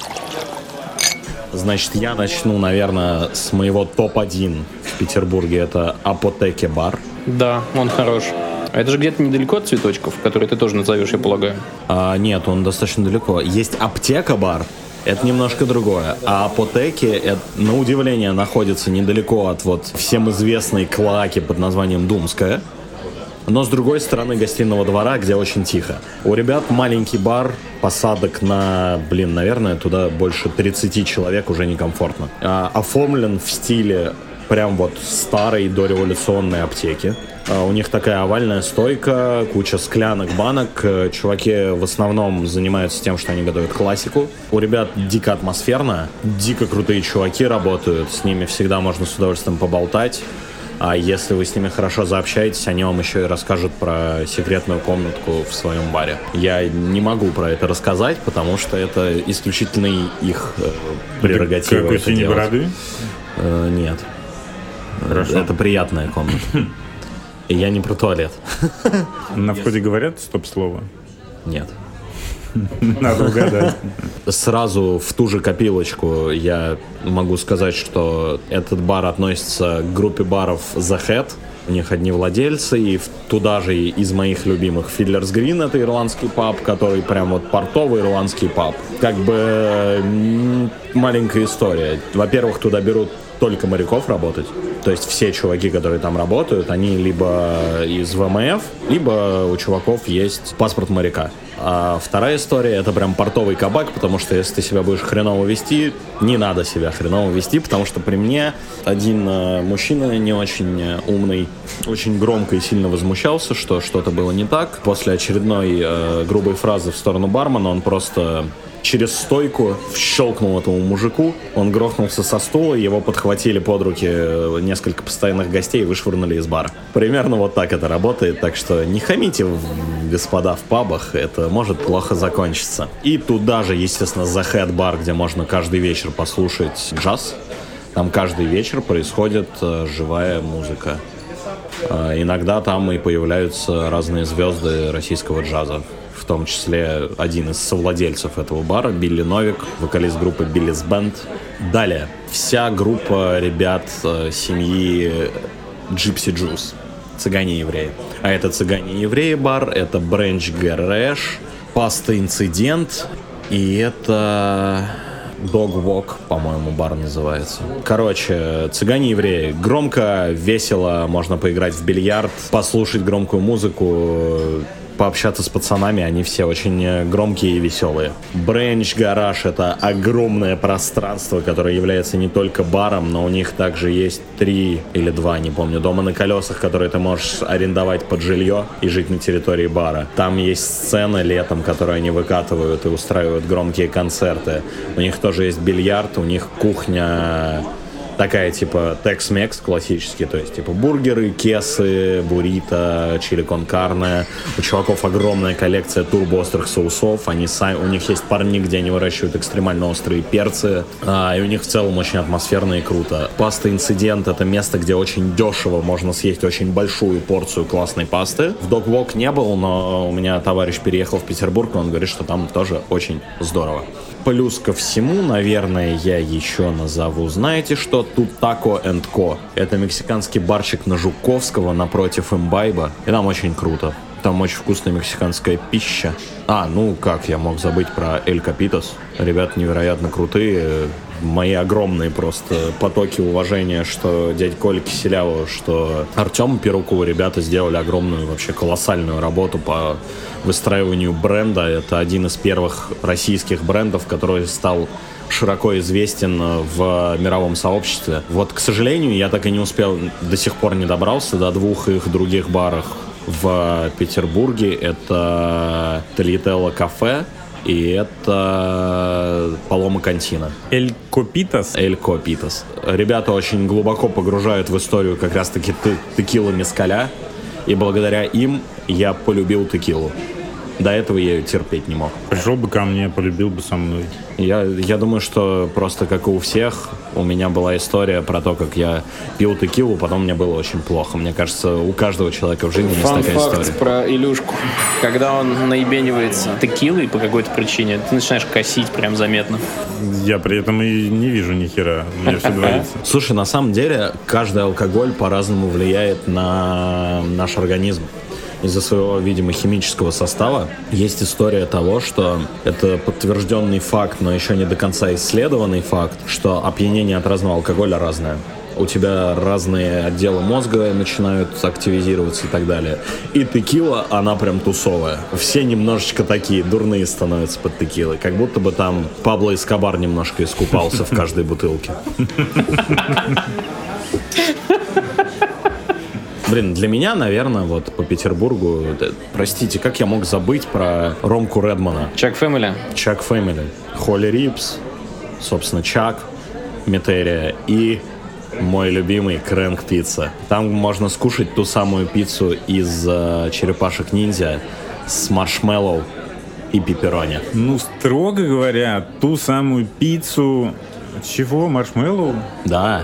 Значит, я начну, наверное, с моего топ один в Петербурге. Это Апотеке бар. Да, он хорош. А это же где-то недалеко от Цветочков, которые ты тоже назовешь, я полагаю. А, нет, он достаточно далеко. Есть Аптека бар. Это немножко другое. А Апотеки, это, на удивление, находится недалеко от вот всем известной клоаки под названием Думская. Но с другой стороны гостиного двора, где очень тихо. У ребят маленький бар, посадок на, блин, наверное, туда больше тридцать человек уже некомфортно. А, оформлен в стиле прям вот старой дореволюционной аптеки. А, у них такая овальная стойка, куча склянок, банок. Чуваки в основном занимаются тем, что они готовят классику. У ребят дико атмосферно, дико крутые чуваки работают. С ними всегда можно с удовольствием поболтать. А если вы с ними хорошо заобщаетесь, они вам еще и расскажут про секретную комнатку в своем баре. Я не могу про это рассказать, потому что это исключительно их э, прерогатива. Как у Синей Бороды? Э, нет. Хорошо. Это приятная комната. И я не про туалет. На входе говорят стоп-слово? Нет. Надо угадать. Сразу в ту же копилочку я могу сказать, что этот бар относится к группе баров The Head. У них одни владельцы, и туда же из моих любимых Fiddler's Green, это ирландский паб, который прям вот портовый ирландский паб. Как бы маленькая история. Во-первых, туда берут только моряков работать. То есть все чуваки, которые там работают, они либо из ВМФ, либо у чуваков есть паспорт моряка. А вторая история — это прям портовый кабак, потому что если ты себя будешь хреново вести, не надо себя хреново вести, потому что при мне один э, мужчина не очень умный очень громко и сильно возмущался, что что-то было не так. После очередной э, грубой фразы в сторону бармена он просто через стойку щелкнул этому мужику, он грохнулся со стула, его подхватили под руки несколько постоянных гостей и вышвырнули из бара. Примерно вот так это работает, так что не хамите, господа, в пабах, это может плохо закончиться. И туда же, естественно, The Head бар, где можно каждый вечер послушать джаз. Там каждый вечер происходит э, живая музыка. Э, иногда там и появляются разные звезды российского джаза. В том числе один из совладельцев этого бара, Билли Новик, вокалист группы Billy's Band. Далее, вся группа ребят э, семьи Gypsy Juice, цыгане-евреи. А это цыгане-евреи бар, это Бренч Гэрэш, Паста Инцидент, и это Dog Walk, по-моему, бар называется. Короче, цыгане-евреи. Громко, весело, можно поиграть в бильярд, послушать громкую музыку, пообщаться с пацанами, они все очень громкие и веселые. Бренч Гараж — это огромное пространство, которое является не только баром, но у них также есть три или два, не помню, дома на колесах, которые ты можешь арендовать под жилье и жить на территории бара. Там есть сцена летом, которую они выкатывают и устраивают громкие концерты. У них тоже есть бильярд, у них кухня такая типа Tex-Mex классический, то есть типа бургеры, кесы, буррито, чили кон карне. У чуваков огромная коллекция турбоострых соусов. Они сами, у них есть парник, где они выращивают экстремально острые перцы. А, и у них в целом очень атмосферно и круто. Паста Инцидент — это место, где очень дешево можно съесть очень большую порцию классной пасты. В Dog Walk не был, но у меня товарищ переехал в Петербург, и он говорит, что там тоже очень здорово. Плюс ко всему, наверное, я еще назову, знаете что, тут Taco энд Co. Это мексиканский барчик на Жуковского напротив Имбайба. И там очень круто. Там очень вкусная мексиканская пища. А, ну как я мог забыть про Эль Капитос. Ребята невероятно крутые. Мои огромные просто потоки уважения, что дядь Коля Киселяву, что Артем Перуку. Ребята сделали огромную, вообще колоссальную работу по выстраиванию бренда. Это один из первых российских брендов, который стал широко известен в мировом сообществе. Вот, к сожалению, я так и не успел, до сих пор не добрался до двух их других баров в Петербурге. Это Тольяттелло кафе и это Палома Кантина. Эль Копитос? Эль Копитос. Ребята очень глубоко погружают в историю как раз-таки текила мескаля, и благодаря им я полюбил текилу. До этого я ее терпеть не мог. Пришел бы ко мне, полюбил бы со мной. Я, я думаю, что просто как и у всех, у меня была история про то, как я пил текилу, потом мне было очень плохо. Мне кажется, у каждого человека в жизни есть такая история. Фан-факт про Илюшку. Когда он наебенивается текилой по какой-то причине, ты начинаешь косить прям заметно. Я при этом и не вижу ни хера. Мне все нравится. Слушай, на самом деле, каждый алкоголь по-разному влияет на наш организм. Из-за своего, видимо, химического состава. Есть история того, что это подтвержденный факт, но еще не до конца исследованный факт, что опьянение от разного алкоголя разное. У тебя разные отделы мозга начинают активизироваться и так далее. И текила, она прям тусовая. Все немножечко такие дурные становятся под текилой. Как будто бы там Пабло Эскобар немножко искупался в каждой бутылке. Блин, для меня, наверное, вот по Петербургу, да, простите, как я мог забыть про Ромку Редмана? Чак Фэмили. Чак Фэмили. Холли Рипс, собственно, Чак, Метерия и мой любимый Крэнк Пицца. Там можно скушать ту самую пиццу из uh, черепашек-ниндзя с маршмеллоу и пепперони. Ну, строго говоря, ту самую пиццу... Чего? Маршмеллоу? Да.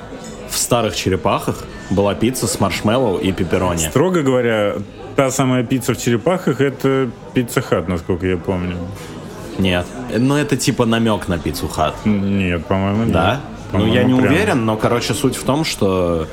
В старых черепахах была пицца с маршмеллоу и пепперони. Строго говоря, та самая пицца в черепахах — это Пицца Хат, насколько я помню. Нет. Но это типа намек на Пиццу Хат. Нет, по-моему, нет. Да? По-моему, ну, я не прям... уверен, но, короче, суть в том, что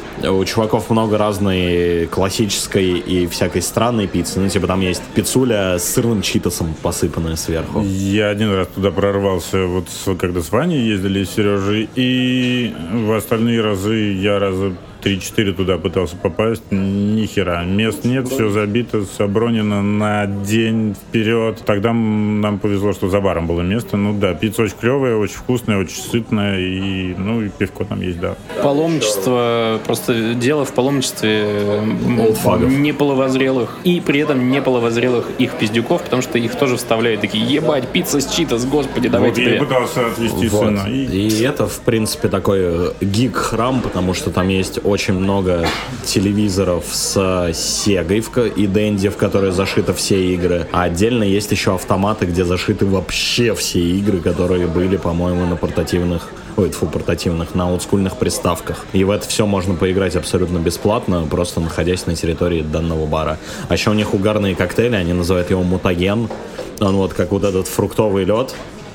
у чуваков много разной классической и всякой странной пиццы. Ну, типа там есть пиццуля с сырным читосом, посыпанная сверху. Я один раз туда прорвался, вот когда с Ваней ездили, с Сережей, и в остальные разы я раза три-четыре туда пытался попасть, ни хера. Мест нет, все забито, забронено на день вперед. Тогда нам повезло, что за баром было место. Ну да, пицца очень клевая, очень вкусная, очень сытная, и, ну, и пивко там есть, да. Паломничество, просто дело в паломничестве Олдфагов. неполовозрелых и при этом неполовозрелых их пиздюков, потому что их тоже вставляют такие: ебать, пицца с читос, господи, давай Вот тебе. я пытался отвезти Вот. сына. И... и это, в принципе, такой гик-храм, потому что там есть очень много телевизоров с Сегой и Денди, в которые зашиты все игры. А отдельно есть еще автоматы, где зашиты вообще все игры, которые были, по-моему, на портативных, ой, тьфу, портативных, на олдскульных приставках. И в это все можно поиграть абсолютно бесплатно, просто находясь на территории данного бара. А еще у них угарные коктейли, они называют его мутаген. Он вот как вот этот фруктовый лед.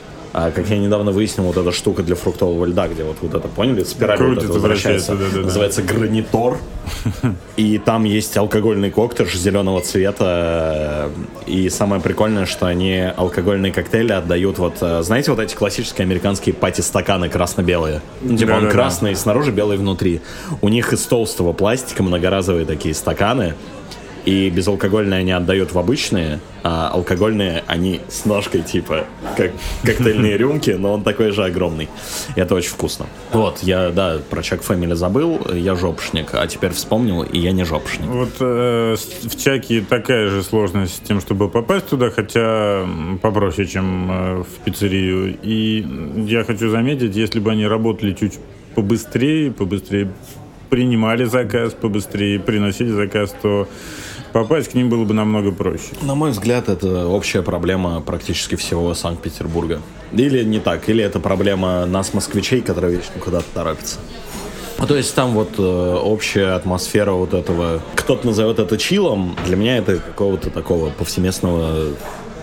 А как я недавно выяснил, вот эта штука для фруктового льда, где вот, вот это, поняли, спираль вот это возвращается, да, да, да. Называется гранитор. И там есть алкогольный коктейль зеленого цвета. И самое прикольное, что они алкогольные коктейли отдают вот, знаете, вот эти классические американские пати-стаканы красно-белые. Ну, типа да, он да, красный да. снаружи, белый внутри. У них из толстого пластика многоразовые такие стаканы. И безалкогольные они отдают в обычные, а алкогольные они с ножкой, типа, как коктейльные рюмки, но он такой же огромный. И это очень вкусно. Вот, я, да, про Чак Фэмили забыл, я жопшник, а теперь вспомнил, и я не жопшник. Вот э, в Чаке такая же сложность с тем, чтобы попасть туда, хотя попроще, чем э, в пиццерию. И я хочу заметить, если бы они работали чуть побыстрее, побыстрее принимали заказ, побыстрее приносили заказ, то попасть к ним было бы намного проще. На мой взгляд, это общая проблема практически всего Санкт-Петербурга. Или не так, или это проблема нас, москвичей, которые вечно куда-то торопятся. Ну, то есть там вот э, общая атмосфера вот этого, кто-то назовет это чилом, для меня это какого-то такого повсеместного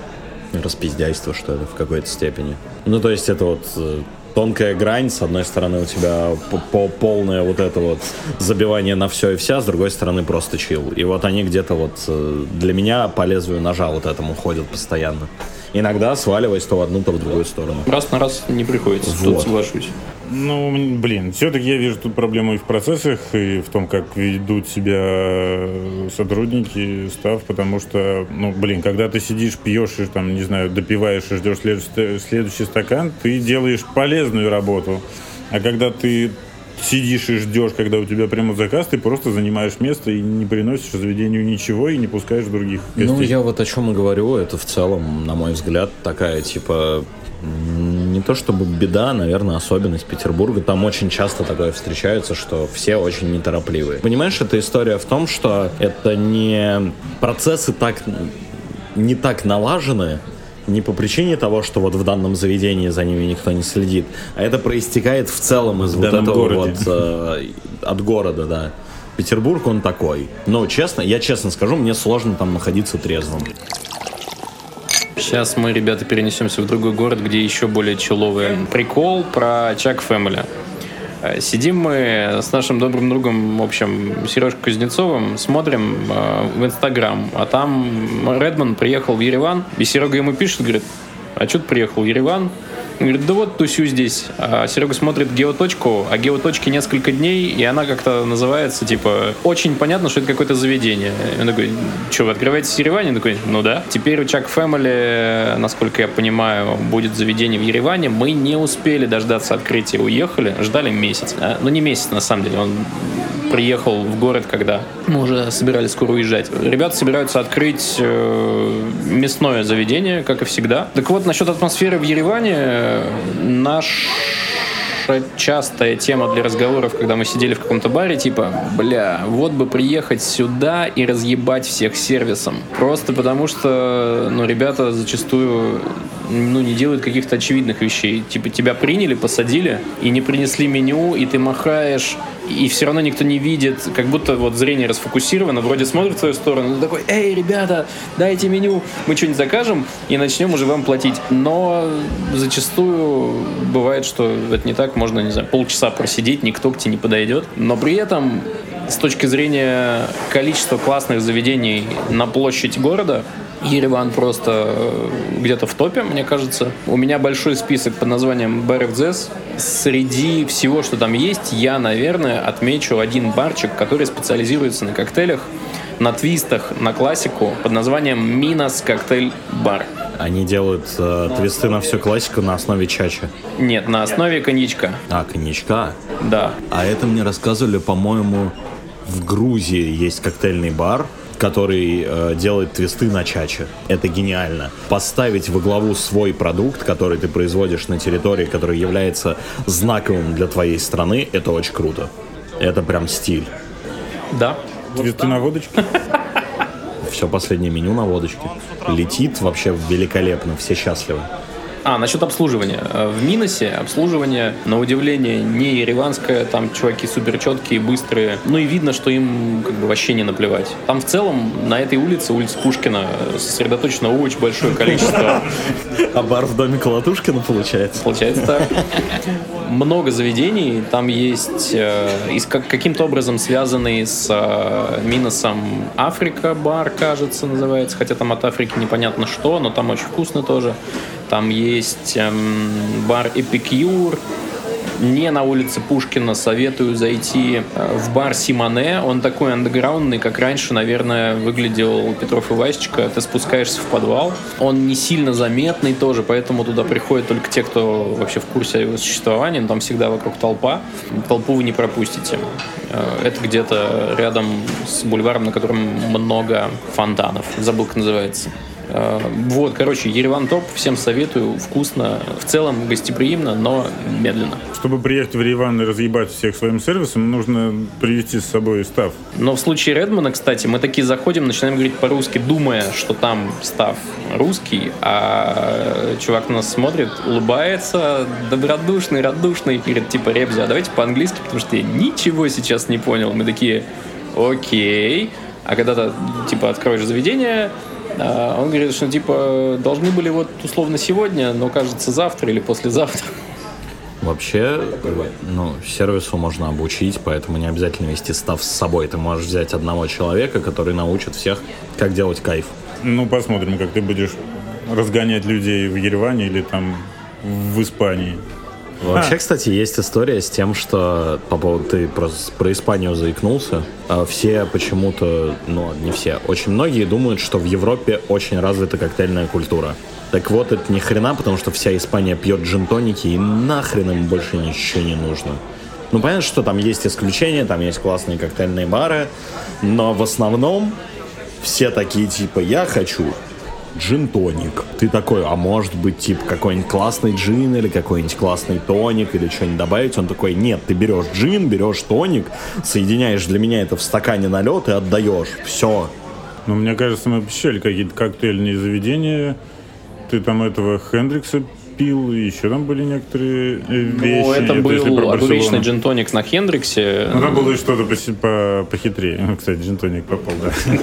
распиздяйство, что ли, в какой-то степени. Ну, то есть это вот тонкая грань. С одной стороны у тебя по полное вот это вот забивание на все и вся, с другой стороны просто чил. И вот они где-то вот для меня по лезвию ножа вот этому ходят постоянно. Иногда сваливаясь то в одну, то в другую сторону. Раз на раз не приходится, вот. Тут соглашусь. Ну, блин, все-таки я вижу тут проблему и в процессах, и в том, как ведут себя сотрудники, став, потому что, ну, блин, когда ты сидишь, пьешь, и, там, не знаю, допиваешь и ждешь следующий, следующий стакан, ты делаешь полезную работу. А когда ты сидишь и ждешь, когда у тебя примут заказ, ты просто занимаешь место и не приносишь заведению ничего и не пускаешь других гостей. Ну, я вот о чем и говорю, это в целом, на мой взгляд, такая, типа, не то чтобы беда, наверное, особенность Петербурга. Там очень часто такое встречается, что все очень неторопливые. Понимаешь, эта история в том, что это не... Процессы так... не так налажены, не по причине того, что вот в данном заведении за ними никто не следит, а это проистекает в целом из вот этого городе. вот э, от города, да. Петербург, он такой. Но честно, я честно скажу, мне сложно там находиться трезвым. Сейчас мы, ребята, перенесемся в другой город, где еще более человый прикол про Чак Фэмили. Сидим мы с нашим добрым другом, в общем, Сережкой Кузнецовым, смотрим э, в Инстаграм, а там Редман приехал в Ереван, и Серега ему пишет, говорит, а что ты приехал в Ереван? Он говорит, да вот тусю здесь. А Серега смотрит геоточку, а геоточке несколько дней, и она как-то называется, типа, очень понятно, что это какое-то заведение. И он такой, что, вы открываетесь в Ереване? Он такой, ну да. Теперь у Чак Фэмили, насколько я понимаю, будет заведение в Ереване. Мы не успели дождаться открытия, уехали, ждали месяц. А, ну не месяц, на самом деле, он приехал в город, когда мы уже собирались скоро уезжать. Ребята собираются открыть э, мясное заведение, как и всегда. Так вот, насчет атмосферы в Ереване, наша частая тема для разговоров, когда мы сидели в каком-то баре, типа, бля, вот бы приехать сюда и разъебать всех сервисом. Просто потому что, ну, ребята зачастую, ну, не делают каких-то очевидных вещей. Типа, тебя приняли, посадили, и не принесли меню, и ты махаешь, и все равно никто не видит, как будто вот зрение расфокусировано, вроде смотрит в твою сторону, ты такой, эй, ребята, дайте меню, мы что-нибудь закажем и начнем уже вам платить. Но зачастую бывает, что это не так, можно, не знаю, полчаса просидеть, никто к тебе не подойдет, но при этом с точки зрения количества классных заведений на площадь города, Ереван просто где-то в топе, мне кажется. У меня большой список под названием Bar эф Zes. Среди всего, что там есть, я, наверное, отмечу один барчик, который специализируется на коктейлях, на твистах, на классику под названием Минос Коктейль Бар. Они делают э, твисты на всю классику на основе чача? Нет, на основе коньячка. А, коньячка? Да. А это мне рассказывали, по-моему, в Грузии есть коктейльный бар, который э, делает твисты на чаче. Это гениально. Поставить во главу свой продукт, который ты производишь на территории, который является знаковым для твоей страны, это очень круто. Это прям стиль. Да. Твисты на водочке? Все последнее меню на водочке. Летит вообще великолепно, все счастливы. А, насчет обслуживания. В Миносе обслуживание, на удивление, не ереванское, там чуваки супер четкие, быстрые. Ну и видно, что им как бы вообще не наплевать. Там в целом на этой улице, улице Пушкина, сосредоточено очень большое количество... А бар в доме Колотушкина получается? Получается так. Много заведений, там есть э, как, каким-то образом связанный с э, Миносом Африка бар, кажется, называется, хотя там от Африки непонятно что, но там очень вкусно тоже. Там есть эм, бар Эпикюр. Не на улице Пушкина, советую зайти в бар Симоне. Он такой андеграундный, как раньше, наверное, выглядел Петров и Васечка. Ты спускаешься в подвал. Он не сильно заметный тоже, поэтому туда приходят только те, кто вообще в курсе о его существовании. Но там всегда вокруг толпа. Толпу вы не пропустите. Это где-то рядом с бульваром, на котором много фонтанов. Забыл, как называется. Вот, короче, Ереван топ, всем советую, вкусно, в целом гостеприимно, но медленно. Чтобы приехать в Ереван и разъебать всех своим сервисом, нужно привезти с собой став. Но в случае Редмана, кстати, мы такие заходим, начинаем говорить по-русски, думая, что там став русский, а чувак на нас смотрит, улыбается, добродушный, радушный, говорит, типа, ребзя, давайте по-английски, потому что я ничего сейчас не понял. Мы такие, окей. А когда ты, типа, откроешь заведение, Он говорит, что типа должны были вот условно сегодня, но кажется завтра или послезавтра. Вообще, ну, сервису можно обучить, поэтому не обязательно вести став с собой. Ты можешь взять одного человека, который научит всех, как делать кайф. Ну, посмотрим, как ты будешь разгонять людей в Ереване или там в Испании. Вообще, а. кстати, есть история с тем, что по поводу ты про, про Испанию заикнулся. Все почему-то, ну, не все, очень многие думают, что в Европе очень развита коктейльная культура. Так вот, это ни хрена, потому что вся Испания пьет джин-тоники, и нахрен им больше ничего не нужно. Ну, понятно, что там есть исключения, там есть классные коктейльные бары, но в основном все такие типа «я хочу джин-тоник». Ты такой, а может быть, типа, какой-нибудь классный джин или какой-нибудь классный тоник или что-нибудь добавить? Он такой, нет, ты берешь джин, берешь тоник, соединяешь для меня это в стакане на лед и отдаешь. Все. Ну, мне кажется, мы посещали какие-то коктейльные заведения. Ты там этого Хендрикса пил, и еще там были некоторые вещи. Ну, это, это был обычный джин-тоник на Хендриксе. Ну, там было что-то по- похитрее. Кстати, джин-тоник попал,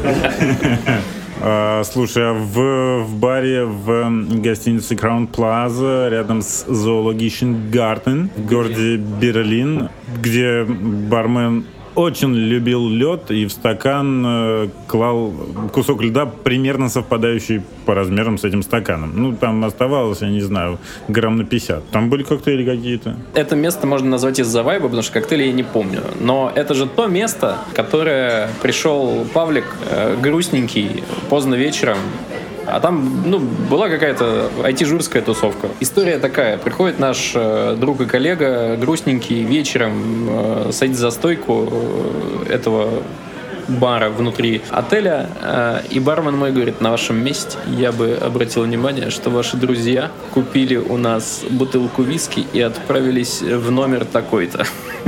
да. А, слушай, а в, в баре в гостинице Crown Plaza рядом с Zoologischen Garten в городе Берлин, где бармен очень любил лед и в стакан э, клал кусок льда, примерно совпадающий по размерам с этим стаканом. Ну, там оставалось, я не знаю, грамм на пятьдесят. Там были коктейли какие-то. Это место можно назвать из-за вайба, потому что коктейли я не помню. Но это же то место, в которое пришел Павлик э, грустненький поздно вечером. А там, ну, была какая-то айти-журская тусовка. История такая. Приходит наш э, друг и коллега, грустненький, вечером э, садится за стойку э, этого бара внутри отеля, э, и бармен мой говорит, на вашем месте я бы обратил внимание, что ваши друзья купили у нас бутылку виски и отправились в номер такой-то.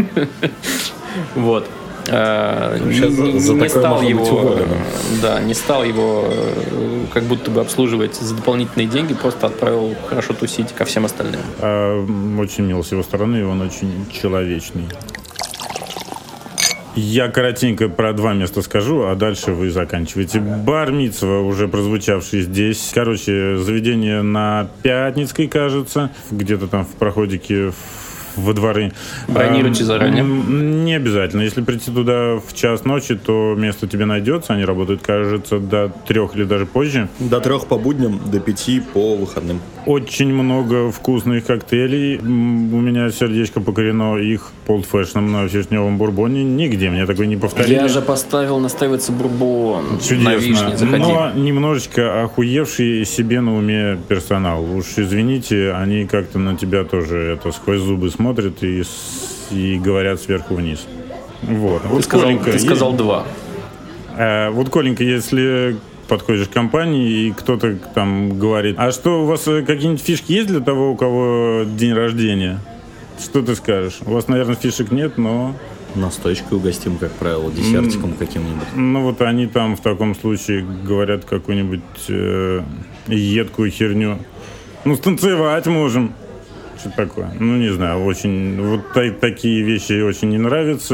Вот. Не, за, за не стал его, да, не стал его как будто бы обслуживать за дополнительные деньги, просто отправил хорошо тусить ко всем остальным. А, очень мил с его стороны, и он очень человечный. Я коротенько про два места скажу, а дальше вы заканчиваете. Бар Мицва, уже прозвучавший здесь. Короче, заведение на Пятницкой, кажется, где-то там в проходике во дворы. Бронируйте заранее. Не обязательно. Если прийти туда в час ночи, то место тебе найдется. Они работают, кажется, до трех или даже позже. До трех по будням, до пяти по выходным. Очень много вкусных коктейлей. У меня сердечко покорено их полдфэшном на вишневом бурбоне. Нигде мне такой не повторили. Я же поставил настаиваться бурбон. Чудесно. На вишне, заходи. Но немножечко охуевший себе на уме персонал. Уж извините, они как-то на тебя тоже это сквозь зубы смотрят и, и говорят сверху вниз. Вот. Ты, вот сказал, Коленька, ты сказал и, два. А, вот, Коленька, если подходишь к компании, и кто-то там говорит, а что, у вас какие-нибудь фишки есть для того, у кого день рождения? Что ты скажешь? У вас, наверное, фишек нет, но... Настоечкой угостим, как правило, десертиком mm. каким-нибудь. Ну вот они там в таком случае говорят какую-нибудь э, едкую херню. Ну, станцевать можем. Что такое? Ну, не знаю, очень... Вот та- такие вещи очень не нравятся,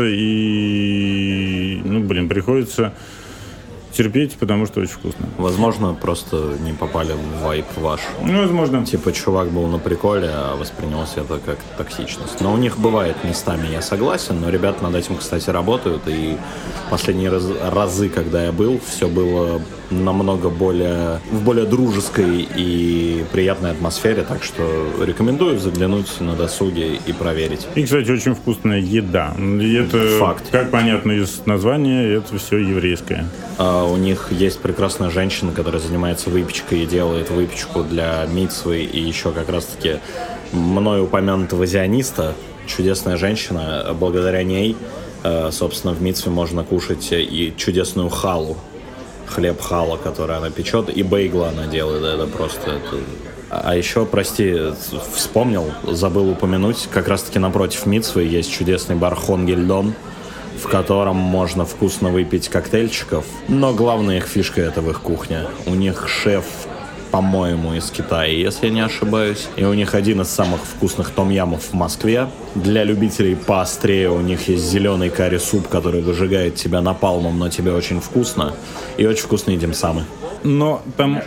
и... Ну, блин, приходится терпеть, потому что очень вкусно. Возможно, просто не попали в вайб ваш. Ну, возможно. Типа, чувак был на приколе, а воспринимался это как токсичность. Но у них бывает местами, я согласен, но ребята над этим, кстати, работают, и последние раз, разы, когда я был, все было намного более, в более дружеской и приятной атмосфере, так что рекомендую заглянуть на досуге и проверить. И, кстати, очень вкусная еда. Это, факт. Как понятно из названия, это все еврейское. А, у них есть прекрасная женщина, которая занимается выпечкой и делает выпечку для мицвы и еще как раз-таки мною упомянутого зиониста. Чудесная женщина. Благодаря ней, собственно, в мицве можно кушать и чудесную халу. Хлеб хала, который она печет, и бейгла она делает. Это просто... Это... А еще, прости, вспомнил, забыл упомянуть, как раз-таки напротив мицвы есть чудесный бар Хонгельдон, в котором можно вкусно выпить коктейльчиков. Но главная их фишка — это в их кухне. У них шеф, по-моему, из Китая, если я не ошибаюсь. И у них один из самых вкусных том-ямов в Москве. Для любителей поострее у них есть зеленый карри-суп, который выжигает тебя напалмом, но тебе очень вкусно. И очень вкусные димсамы. но там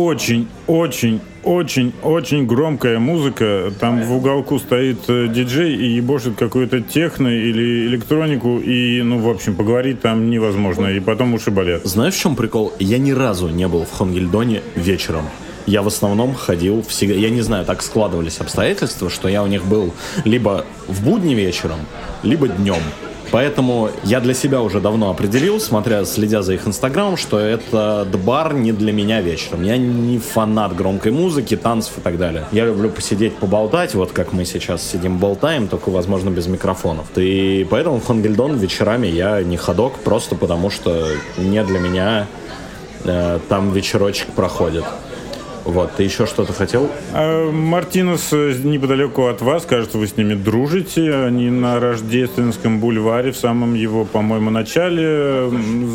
очень-очень-очень-очень громкая музыка. Там в уголку стоит диджей и ебошит какую-то техно или электронику, и, ну, в общем, поговорить там невозможно, и потом уши болят. Знаешь, в чем прикол? Я ни разу не был в Хонгельдоне вечером. Я в основном ходил всегда... Я не знаю, так складывались обстоятельства, что я у них был либо в будни вечером, либо днем. Поэтому я для себя уже давно определил, смотря, следя за их инстаграмом, что этот бар не для меня вечером. Я не фанат громкой музыки, танцев и так далее. Я люблю посидеть, поболтать, вот как мы сейчас сидим, болтаем, только, возможно, без микрофонов. И поэтому в Хонгельдон вечерами я не ходок, просто потому что не для меня э, там вечерочек проходит. Вот, ты еще что-то хотел? А, Мартинес неподалеку от вас, кажется, вы с ними дружите. Они на Рождественском бульваре, в самом его, по-моему, начале.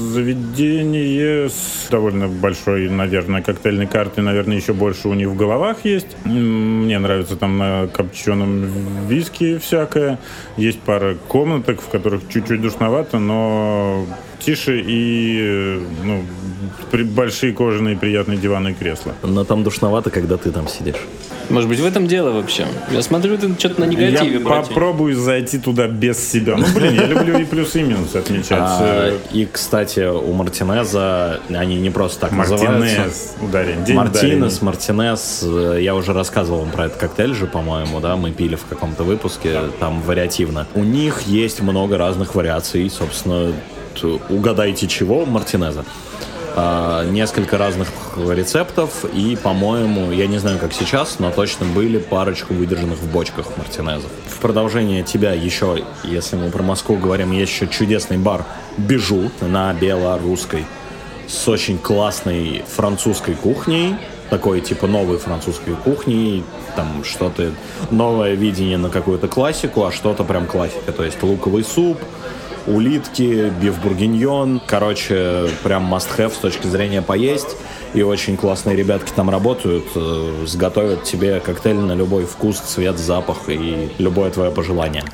Заведение с довольно большой, наверное, коктейльной картой, наверное, еще больше у них в головах есть. Мне нравится там на копченом виски всякое. Есть пара комнаток, в которых чуть-чуть душновато, но тише и, ну, большие кожаные приятные диваны и кресла. Но там душновато, когда ты там сидишь. Может быть, в этом дело вообще? Я смотрю, ты что-то на негативе, Я братья. Попробую зайти туда без себя. Ну, блин, я люблю и плюсы, и минусы отмечать. А, и, кстати, у Мартинеза, они не просто так Мартинес, называются. Ударение. День Мартинес, ударение. Мартинес. Я уже рассказывал вам про этот коктейль же, по-моему, да, мы пили в каком-то выпуске, там вариативно. У них есть много разных вариаций, собственно, угадайте чего, Мартинеза. Uh, несколько разных рецептов, и, по-моему, я не знаю, как сейчас, но точно были парочку выдержанных в бочках мартинезов. В продолжение тебя еще, если мы про Москву говорим, есть еще чудесный бар «Бежу» на белорусской с очень классной французской кухней, такой типа новой французской кухни, там что-то новое видение на какую-то классику, а что-то прям классика, то есть луковый суп, улитки, биф-бургиньон. Короче, прям must-have с точки зрения поесть. И очень классные ребятки там работают. Э, сготовят тебе коктейль на любой вкус, цвет, запах и любое твое пожелание.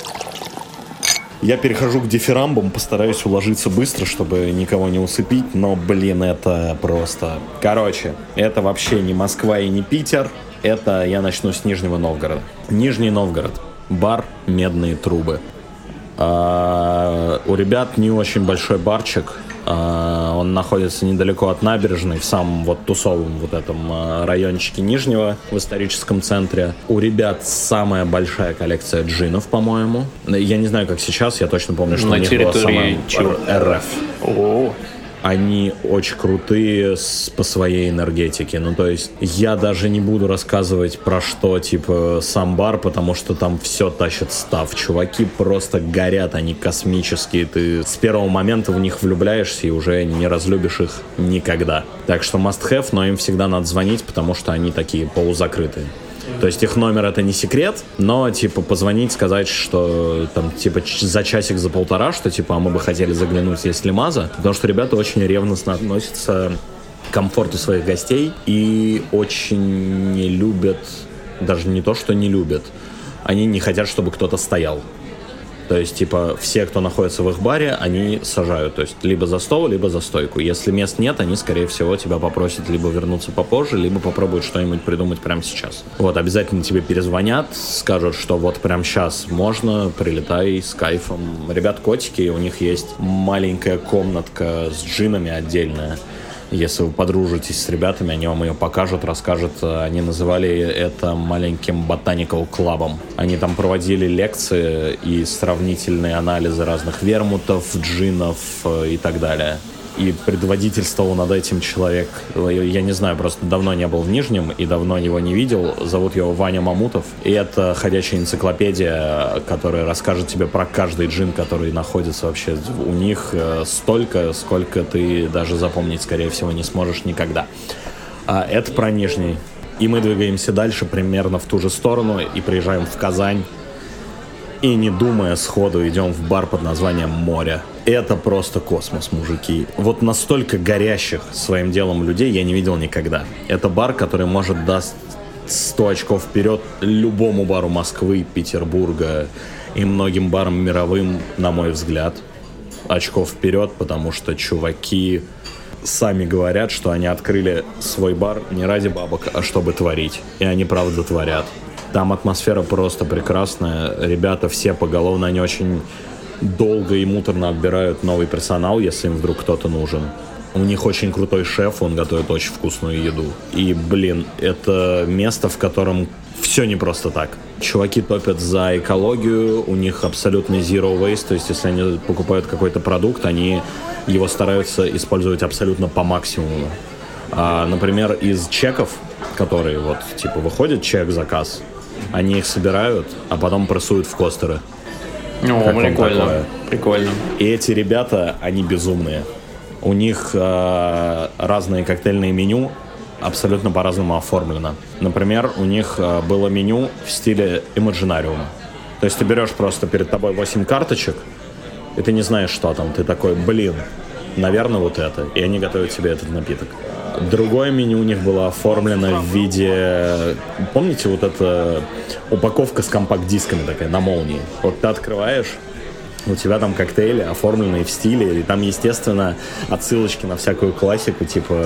Я перехожу к дифирамбам, постараюсь уложиться быстро, чтобы никого не усыпить. Но, блин, это просто... Короче, это вообще не Москва и не Питер. Это я начну с Нижнего Новгорода. Нижний Новгород. Бар «Медные трубы». Uh, у ребят не очень большой барчик. Uh, он находится недалеко от набережной, в самом вот тусовом вот этом uh, райончике Нижнего, в историческом центре. У ребят самая большая коллекция джинов, по-моему. Я не знаю, как сейчас, я точно помню, что на у них была самая эр эф. О. Они очень крутые с, по своей энергетике. Ну, то есть, я даже не буду рассказывать про что, типа, сам бар, потому что там все тащит став. Чуваки просто горят, они космические. Ты с первого момента в них влюбляешься и уже не разлюбишь их никогда. Так что must have, но им всегда надо звонить, потому что они такие полузакрытые. То есть их номер это не секрет, но типа позвонить, сказать, что там типа за часик, за полтора, что типа а мы бы хотели заглянуть, есть лимаза, потому что ребята очень ревностно относятся к комфорту своих гостей и очень не любят, даже не то, что не любят, они не хотят, чтобы кто-то стоял. То есть, типа, все, кто находится в их баре, они сажают. То есть, либо за стол, либо за стойку. Если мест нет, они, скорее всего, тебя попросят либо вернуться попозже, либо попробуют что-нибудь придумать прямо сейчас. Вот, обязательно тебе перезвонят, скажут, что вот прямо сейчас можно, прилетай с кайфом. Ребят-котики, у них есть маленькая комнатка с джинами отдельная. Если вы подружитесь с ребятами, они вам ее покажут, расскажут. Они называли это маленьким ботаникал клабом. Они там проводили лекции и сравнительные анализы разных вермутов, джинов и так далее. И предводительствовал над этим человек, я не знаю, просто давно не был в Нижнем и давно его не видел. Зовут его Ваня Мамутов. И это ходячая энциклопедия, которая расскажет тебе про каждый джин, который находится вообще у них столько, сколько ты даже запомнить, скорее всего, не сможешь никогда. А это про Нижний. И мы двигаемся дальше примерно в ту же сторону и приезжаем в Казань. И не думая сходу идем в бар под названием «Море». Это просто космос, мужики. Вот настолько горящих своим делом людей я не видел никогда. Это бар, который может дать сто очков вперед любому бару Москвы, Петербурга и многим барам мировым, на мой взгляд. Очков вперед, потому что чуваки сами говорят, что они открыли свой бар не ради бабок, а чтобы творить. И они правда творят. Там атмосфера просто прекрасная. Ребята все поголовно, они очень долго и муторно отбирают новый персонал, если им вдруг кто-то нужен. У них очень крутой шеф, он готовит очень вкусную еду. И, блин, это место, в котором все не просто так. Чуваки топят за экологию, у них абсолютно zero waste, то есть если они покупают какой-то продукт, они его стараются использовать абсолютно по максимуму. А, например, из чеков, которые вот, типа, выходит чек-заказ, они их собирают, а потом прессуют в костеры. О, прикольно, прикольно. И эти ребята, они безумные. У них э, разные коктейльные меню, абсолютно по-разному оформлено. Например, у них э, было меню в стиле Imaginarium. То есть ты берешь просто перед тобой восемь карточек, и ты не знаешь, что там. Ты такой, блин, наверное, вот это. И они готовят себе этот напиток. Другое меню у них было оформлено в виде... Помните, вот эта упаковка с компакт-дисками такая, на молнии? Вот ты открываешь, у тебя там коктейли, оформленные в стиле, и там, естественно, отсылочки на всякую классику,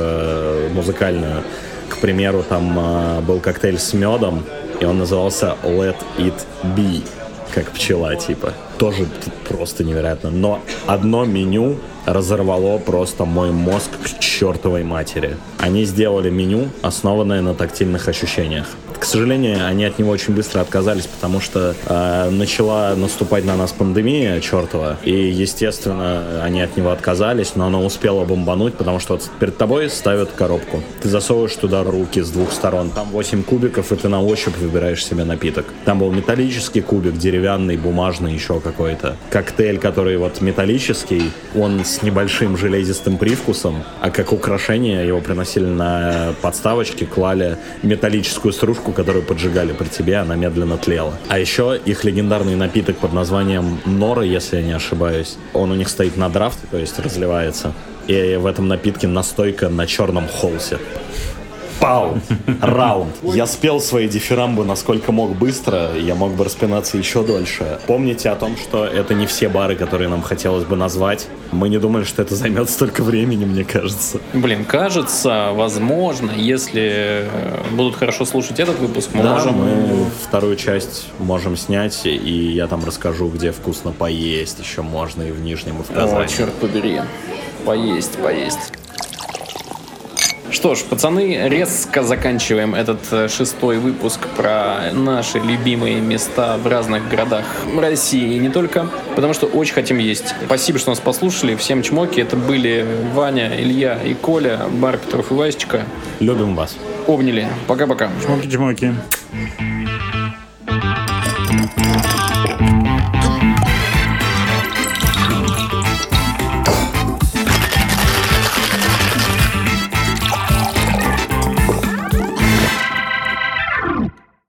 типа музыкальную. К примеру, там был коктейль с медом, и он назывался Let It Be, как пчела, типа. Тоже просто невероятно. Но одно меню разорвало просто мой мозг к чертовой матери. Они сделали меню, основанное на тактильных ощущениях. К сожалению, они от него очень быстро отказались, потому что э, начала наступать на нас пандемия чертова, и, естественно, они от него отказались, но оно успело бомбануть, потому что вот перед тобой ставят коробку. Ты засовываешь туда руки с двух сторон, там восемь кубиков, и ты на ощупь выбираешь себе напиток. Там был металлический кубик, деревянный, бумажный, еще какой-то. Коктейль, который вот металлический, он с небольшим железистым привкусом, а как украшение его приносили на подставочке, клали металлическую стружку, которую поджигали при тебе, она медленно тлела. А еще их легендарный напиток под названием Нора, если я не ошибаюсь, он у них стоит на драфте, то есть разливается. И в этом напитке настойка на черном холсе. Пау! Раунд. Я спел свои дифирамбы насколько мог быстро, я мог бы распинаться еще дольше. Помните о том, что это не все бары, которые нам хотелось бы назвать. Мы не думали, что это займет столько времени, мне кажется. Блин, кажется, возможно, если будут хорошо слушать этот выпуск, мы да, можем... мы вторую часть можем снять, и я там расскажу, где вкусно поесть. Еще можно и в Нижнем, и в Казани. О, черт побери. Поесть, поесть. Что ж, пацаны, резко заканчиваем этот шестой выпуск про наши любимые места в разных городах России и не только, потому что очень хотим есть. Спасибо, что нас послушали. Всем чмоки. Это были Ваня, Илья и Коля, бар Петров и Васечка. Любим вас. Обняли. Пока-пока. Чмоки-чмоки.